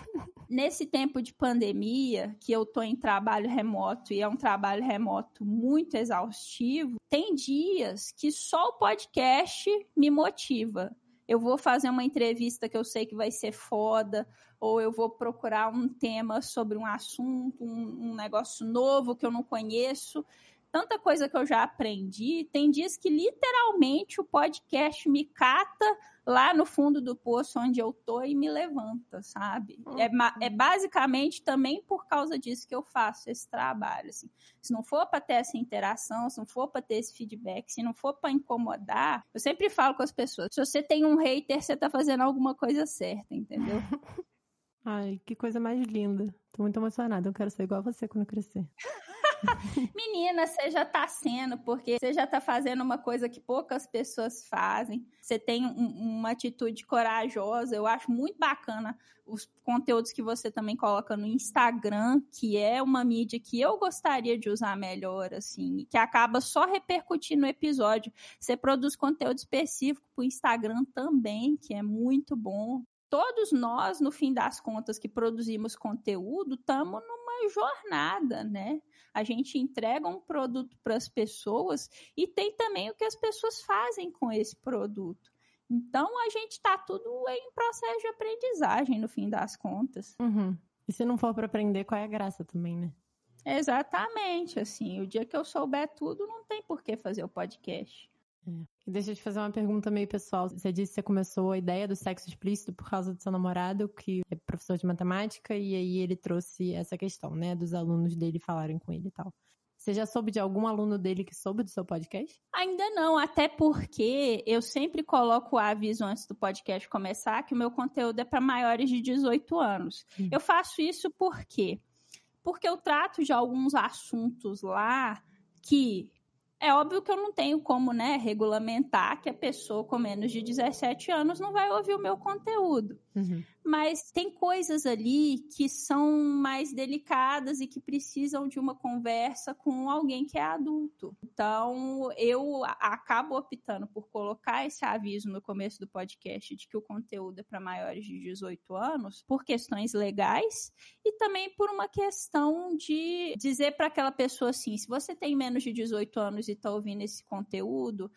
Nesse tempo de pandemia, que eu tô em trabalho remoto e é um trabalho remoto muito exaustivo, tem dias que só o podcast me motiva. Eu vou fazer uma entrevista que eu sei que vai ser foda, ou eu vou procurar um tema sobre um assunto, um, um negócio novo que eu não conheço. Tanta coisa que eu já aprendi. Tem dias que literalmente o podcast me cata lá no fundo do poço onde eu tô e me levanta, sabe? Uhum. É, é basicamente também por causa disso que eu faço esse trabalho, assim. Se não for para ter essa interação, se não for para ter esse feedback, se não for para incomodar, eu sempre falo com as pessoas, se você tem um hater, você tá fazendo alguma coisa certa, entendeu? Ai, que coisa mais linda. Tô muito emocionada, eu quero ser igual a você quando eu crescer. Menina, você já tá sendo, porque você já tá fazendo uma coisa que poucas pessoas fazem. Você tem um, uma atitude corajosa. Eu acho muito bacana os conteúdos que você também coloca no Instagram, que é uma mídia que eu gostaria de usar melhor, assim, que acaba só repercutindo no episódio. Você produz conteúdo específico pro Instagram também, que é muito bom. Todos nós, no fim das contas, que produzimos conteúdo, estamos numa jornada, né? A gente entrega um produto para as pessoas e tem também o que as pessoas fazem com esse produto. Então, a gente está tudo em processo de aprendizagem, no fim das contas. Uhum. E se não for para aprender, qual é a graça também, né? Exatamente, assim. O dia que eu souber tudo, não tem por que fazer o podcast. É. E deixa eu te fazer uma pergunta meio pessoal. Você disse que você começou a ideia do sexo explícito por causa do seu namorado, que é professor de matemática, e aí ele trouxe essa questão, né, dos alunos dele falarem com ele e tal. Você já soube de algum aluno dele que soube do seu podcast? Ainda não, até porque eu sempre coloco o aviso antes do podcast começar que o meu conteúdo é para maiores de dezoito anos. Hum. Eu faço isso por quê? Porque eu trato de alguns assuntos lá que É óbvio que eu não tenho como, né, regulamentar que a pessoa com menos de dezessete anos não vai ouvir o meu conteúdo. Uhum. Mas tem coisas ali que são mais delicadas e que precisam de uma conversa com alguém que é adulto. Então, eu acabo optando por colocar esse aviso no começo do podcast de que o conteúdo é para maiores de dezoito anos, por questões legais e também por uma questão de dizer para aquela pessoa assim, se você tem menos de dezoito anos e está ouvindo esse conteúdo,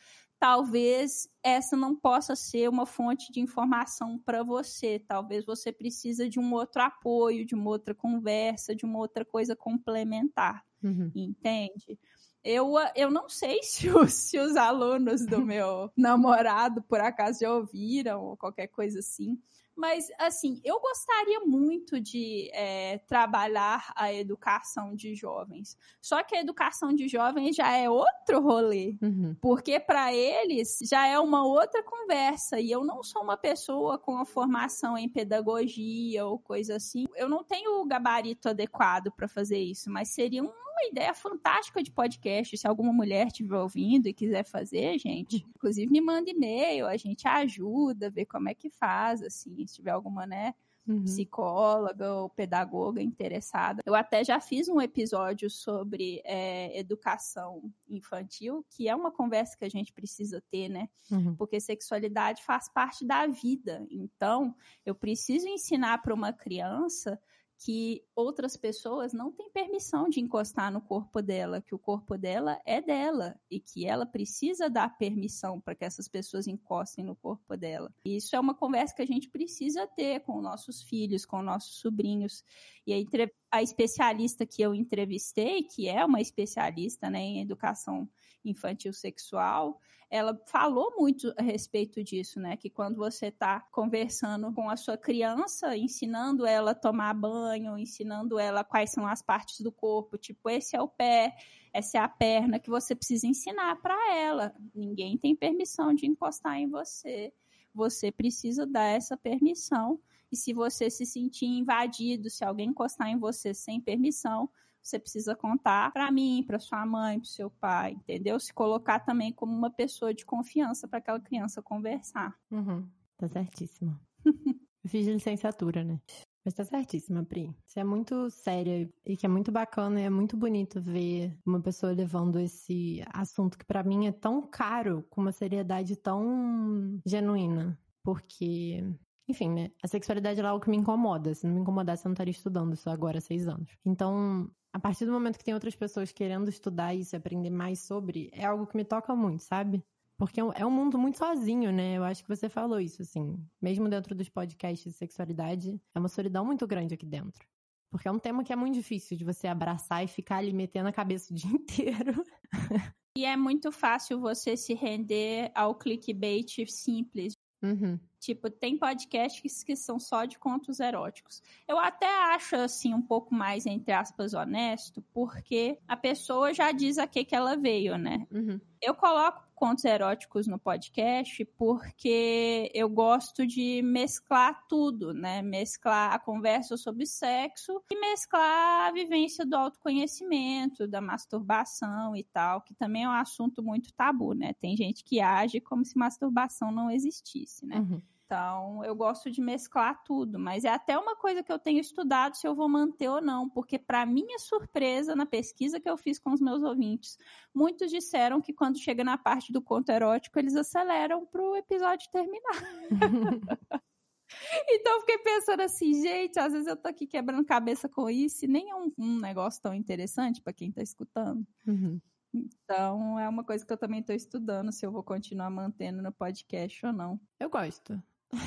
talvez essa não possa ser uma fonte de informação para você. Talvez você precise de um outro apoio, de uma outra conversa, de uma outra coisa complementar. Uhum. Entende? Eu, eu não sei se os, se os alunos do meu namorado, por acaso, já ouviram ou qualquer coisa assim. Mas, assim, eu gostaria muito de é, trabalhar a educação de jovens. Só que a educação de jovens já é outro rolê. Uhum. Porque, para eles, já é uma outra conversa. E eu não sou uma pessoa com a formação em pedagogia ou coisa assim. Eu não tenho o gabarito adequado para fazer isso. Mas seria um uma ideia fantástica de podcast. Se alguma mulher estiver ouvindo e quiser fazer, gente, inclusive me manda e-mail, a gente ajuda, vê como é que faz, assim, se tiver alguma, né, uhum. psicóloga ou pedagoga interessada. Eu até já fiz um episódio sobre é, educação infantil, que é uma conversa que a gente precisa ter, né? Uhum. Porque sexualidade faz parte da vida. Então, eu preciso ensinar para uma criança que outras pessoas não têm permissão de encostar no corpo dela, que o corpo dela é dela e que ela precisa dar permissão para que essas pessoas encostem no corpo dela. E isso é uma conversa que a gente precisa ter com nossos filhos, com nossos sobrinhos. E a, entre... a especialista que eu entrevistei, que é uma especialista, né, em educação infantil sexual, ela falou muito a respeito disso, né? Que quando você está conversando com a sua criança, ensinando ela a tomar banho, ensinando ela quais são as partes do corpo, tipo, esse é o pé, essa é a perna, que você precisa ensinar para ela. Ninguém tem permissão de encostar em você. Você precisa dar essa permissão. E se você se sentir invadido, se alguém encostar em você sem permissão, você precisa contar para mim, para sua mãe, para o seu pai, entendeu? Se colocar também como uma pessoa de confiança para aquela criança conversar. Uhum. Tá certíssima. Eu fiz licenciatura, né? Mas tá certíssima, Pri. Isso é muito séria e que é muito bacana e é muito bonito ver uma pessoa levando esse assunto que pra mim é tão caro, com uma seriedade tão genuína. Porque, enfim, né? A sexualidade é algo que me incomoda. Se não me incomodasse, eu não estaria estudando isso agora há seis anos. Então, a partir do momento que tem outras pessoas querendo estudar isso e aprender mais sobre, é algo que me toca muito, sabe? Porque é um mundo muito sozinho, né? Eu acho que você falou isso, assim. Mesmo dentro dos podcasts de sexualidade, é uma solidão muito grande aqui dentro. Porque é um tema que é muito difícil de você abraçar e ficar ali metendo a cabeça o dia inteiro. E é muito fácil você se render ao clickbait simples. Uhum. Tipo, tem podcasts que são só de contos eróticos. Eu até acho, assim, um pouco mais, entre aspas, honesto, porque a pessoa já diz a que que ela veio, né? Uhum. Eu coloco contos eróticos no podcast porque eu gosto de mesclar tudo, né? Mesclar a conversa sobre sexo e mesclar a vivência do autoconhecimento, da masturbação e tal, que também é um assunto muito tabu, né? Tem gente que age como se masturbação não existisse, né? Uhum. Então, eu gosto de mesclar tudo, mas é até uma coisa que eu tenho estudado se eu vou manter ou não, porque para minha surpresa, na pesquisa que eu fiz com os meus ouvintes, muitos disseram que quando chega na parte do conto erótico, eles aceleram pro episódio terminar. Então, eu fiquei pensando assim, gente, às vezes eu tô aqui quebrando cabeça com isso e nem é um, um negócio tão interessante para quem tá escutando. Uhum. Então, é uma coisa que eu também tô estudando, se eu vou continuar mantendo no podcast ou não. Eu gosto.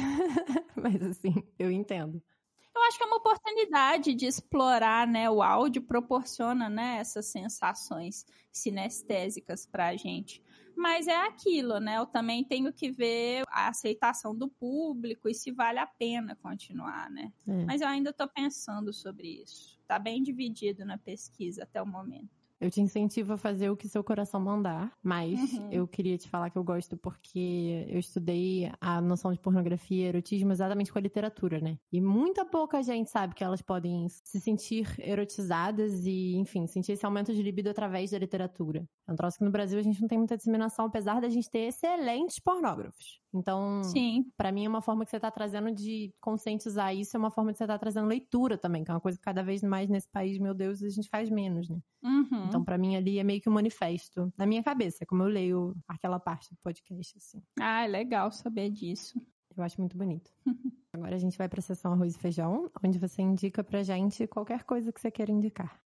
Mas assim, eu entendo. Eu acho que é uma oportunidade de explorar, né? O áudio proporciona, né, essas sensações sinestésicas pra gente. Mas é aquilo, né? Eu também tenho que ver a aceitação do público e se vale a pena continuar, né? É. Mas eu ainda tô pensando sobre isso. Tá bem dividido na pesquisa até o momento. Eu te incentivo a fazer o que seu coração mandar, mas Uhum. eu queria te falar que eu gosto porque eu estudei a noção de pornografia e erotismo exatamente com a literatura, né? E muita pouca gente sabe que elas podem se sentir erotizadas e, enfim, sentir esse aumento de libido através da literatura. É um troço que no Brasil a gente não tem muita disseminação, apesar da gente ter excelentes pornógrafos. Então, Sim. pra mim é uma forma que você tá trazendo de conscientizar isso, é uma forma que você tá trazendo leitura também, que é uma coisa que cada vez mais nesse país, meu Deus, a gente faz menos, né? Uhum. Então, pra mim, ali é meio que um manifesto na minha cabeça, como eu leio aquela parte do podcast, assim. Ah, é legal saber disso. Eu acho muito bonito. Agora a gente vai pra sessão arroz e feijão, onde você indica pra gente qualquer coisa que você queira indicar.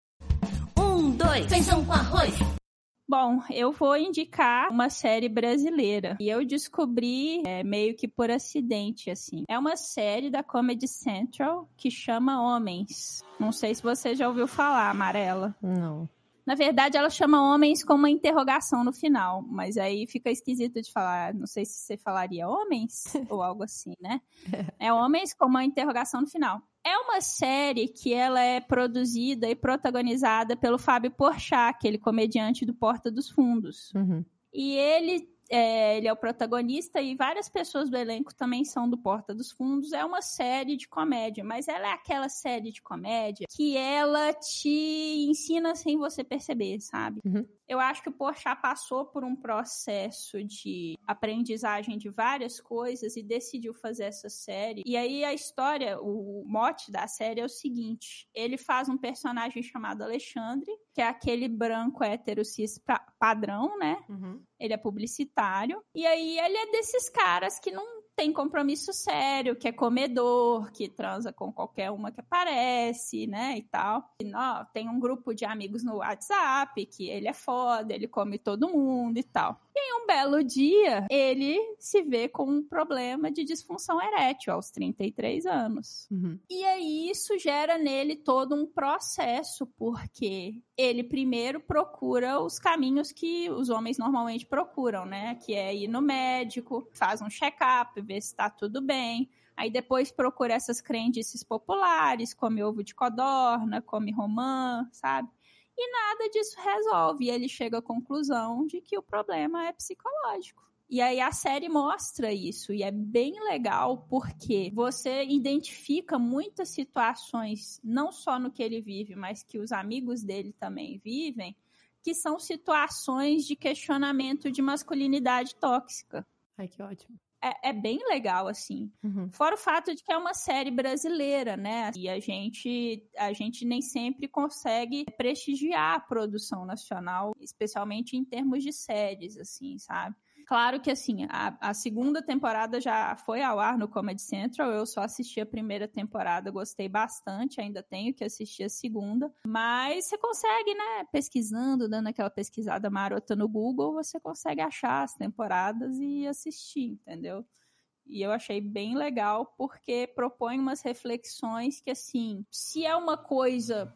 Um, dois, feijão com arroz. Bom, eu vou indicar uma série brasileira. E eu descobri é, meio que por acidente, assim. É uma série da Comedy Central que chama Homens. Não sei se você já ouviu falar, Amarela. Não. Na verdade, ela chama Homens com uma interrogação no final. Mas aí fica esquisito de falar. Não sei se você falaria Homens ou algo assim, né? É Homens com uma interrogação no final. É uma série que ela é produzida e protagonizada pelo Fábio Porchat, aquele comediante do Porta dos Fundos. Uhum. E ele é, ele é o protagonista e várias pessoas do elenco também são do Porta dos Fundos. É uma série de comédia, mas ela é aquela série de comédia que ela te ensina sem você perceber, sabe? Uhum. Eu acho que o Porchat passou por um processo de aprendizagem de várias coisas e decidiu fazer essa série. E aí a história, o mote da série é o seguinte: ele faz um personagem chamado Alexandre, que é aquele branco hétero cis padrão, né? Uhum. Ele é publicitário. E aí ele é desses caras que não tem compromisso sério, que é comedor, que transa com qualquer uma que aparece, né, e tal. E, ó, tem um grupo de amigos no WhatsApp, que ele é foda, ele come todo mundo e tal. E em um belo dia, ele se vê com um problema de disfunção erétil aos trinta e três anos. Uhum. E aí isso gera nele todo um processo, porque ele primeiro procura os caminhos que os homens normalmente procuram, né? Que é ir no médico, faz um check-up, ver se tá tudo bem. Aí depois procura essas crendices populares, come ovo de codorna, come romã, sabe? E nada disso resolve. E ele chega à conclusão de que o problema é psicológico. E aí a série mostra isso, e é bem legal porque você identifica muitas situações, não só no que ele vive, mas que os amigos dele também vivem, que são situações de questionamento de masculinidade tóxica. Ai, que ótimo. É, é bem legal, assim. Uhum. Fora o fato de que é uma série brasileira, né? E a gente, a gente nem sempre consegue prestigiar a produção nacional, especialmente em termos de séries, assim, sabe? Claro que, assim, a, a segunda temporada já foi ao ar no Comedy Central, eu só assisti a primeira temporada, gostei bastante, ainda tenho que assistir a segunda, mas você consegue, né, pesquisando, dando aquela pesquisada marota no Google, você consegue achar as temporadas e assistir, entendeu? E eu achei bem legal porque propõe umas reflexões que, assim, se é uma coisa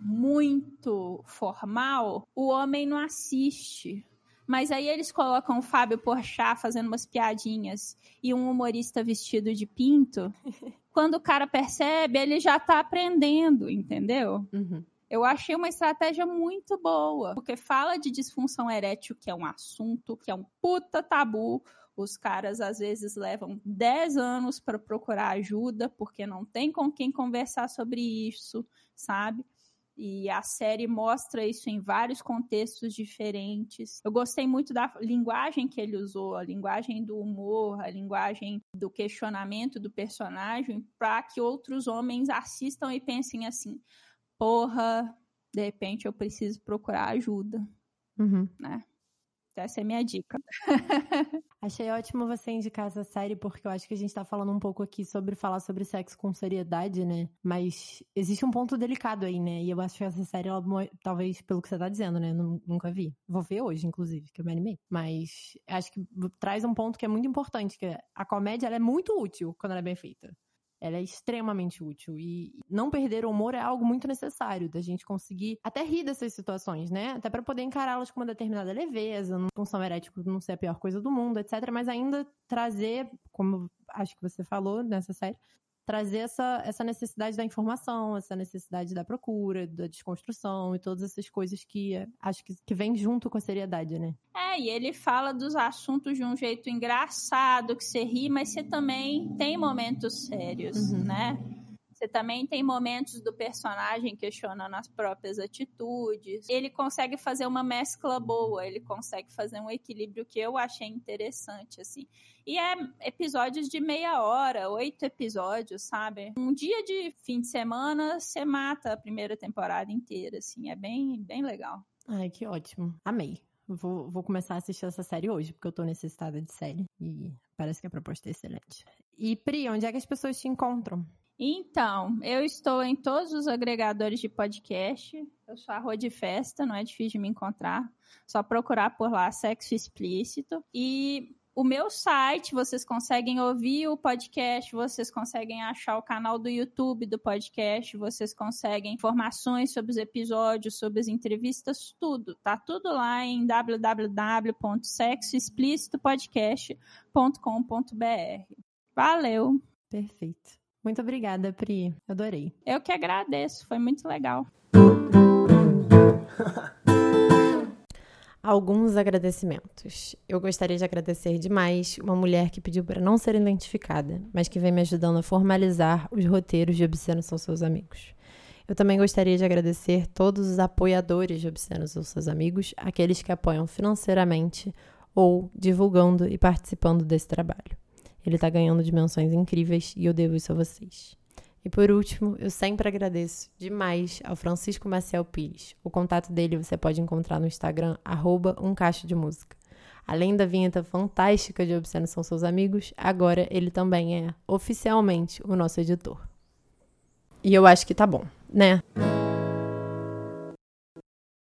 muito formal, o homem não assiste. Mas aí eles colocam o Fábio Porchat fazendo umas piadinhas e um humorista vestido de pinto. Quando o cara percebe, ele já tá aprendendo, entendeu? Uhum. Eu achei uma estratégia muito boa, porque fala de disfunção erétil, que é um assunto, que é um puta tabu. Os caras, às vezes, levam dez anos para procurar ajuda, porque não tem com quem conversar sobre isso, sabe? E a série mostra isso em vários contextos diferentes. Eu gostei muito da linguagem que ele usou, a linguagem do humor, a linguagem do questionamento do personagem, para que outros homens assistam e pensem assim: porra, de repente eu preciso procurar ajuda, Uhum. né? Essa é a minha dica. Achei ótimo você indicar essa série, porque eu acho que a gente tá falando um pouco aqui sobre falar sobre sexo com seriedade, né? Mas existe um ponto delicado aí, né? E eu acho que essa série, ela, talvez, pelo que você tá dizendo, né? Nunca vi. Vou ver hoje, inclusive, que eu me animei. Mas acho que traz um ponto que é muito importante, que a comédia, ela é muito útil quando ela é bem feita. Ela é extremamente útil. E não perder o humor é algo muito necessário, da gente conseguir até rir dessas situações, né? Até pra poder encará-las com uma determinada leveza, não função erética não ser a pior coisa do mundo, etcétera. Mas ainda trazer, como acho que você falou nessa série, trazer essa, essa necessidade da informação, essa necessidade da procura, da desconstrução e todas essas coisas que acho que, que vem junto com a seriedade, né? É, e ele fala dos assuntos de um jeito engraçado, que você ri, mas você também tem momentos sérios, Uhum. né? Você também tem momentos do personagem questionando as próprias atitudes. Ele consegue fazer uma mescla boa, ele consegue fazer um equilíbrio que eu achei interessante, assim. E é episódios de meia hora, oito episódios, sabe? Um dia de fim de semana, você mata a primeira temporada inteira, assim. É bem, bem legal. Ai, que ótimo. Amei. Vou, vou começar a assistir essa série hoje, porque eu tô necessitada de série. E parece que a proposta é excelente. E, Pri, onde é que as pessoas te encontram? Então, eu estou em todos os agregadores de podcast. Eu sou a Rô de Festa, não é difícil de me encontrar. Só procurar por lá, Sexo Explícito. E o meu site, vocês conseguem ouvir o podcast, vocês conseguem achar o canal do YouTube do podcast, vocês conseguem informações sobre os episódios, sobre as entrevistas, tudo. Tá tudo lá em w w w ponto sexo explícito podcast ponto com ponto b r. Valeu! Perfeito. Muito obrigada, Pri. Adorei. Eu que agradeço, foi muito legal. Alguns agradecimentos. Eu gostaria de agradecer demais uma mulher que pediu para não ser identificada, mas que vem me ajudando a formalizar os roteiros de Obscenos São Seus Amigos. Eu também gostaria de agradecer todos os apoiadores de Obscenos São Seus Amigos, aqueles que apoiam financeiramente ou divulgando e participando desse trabalho. Ele está ganhando dimensões incríveis e eu devo isso a vocês. E por último, eu sempre agradeço demais ao Francisco Maciel Pires. O contato dele você pode encontrar no Instagram, arroba um cacho de música. Além da vinheta fantástica de Obscenos São Seus Amigos, agora ele também é, oficialmente, o nosso editor. E eu acho que tá bom, né?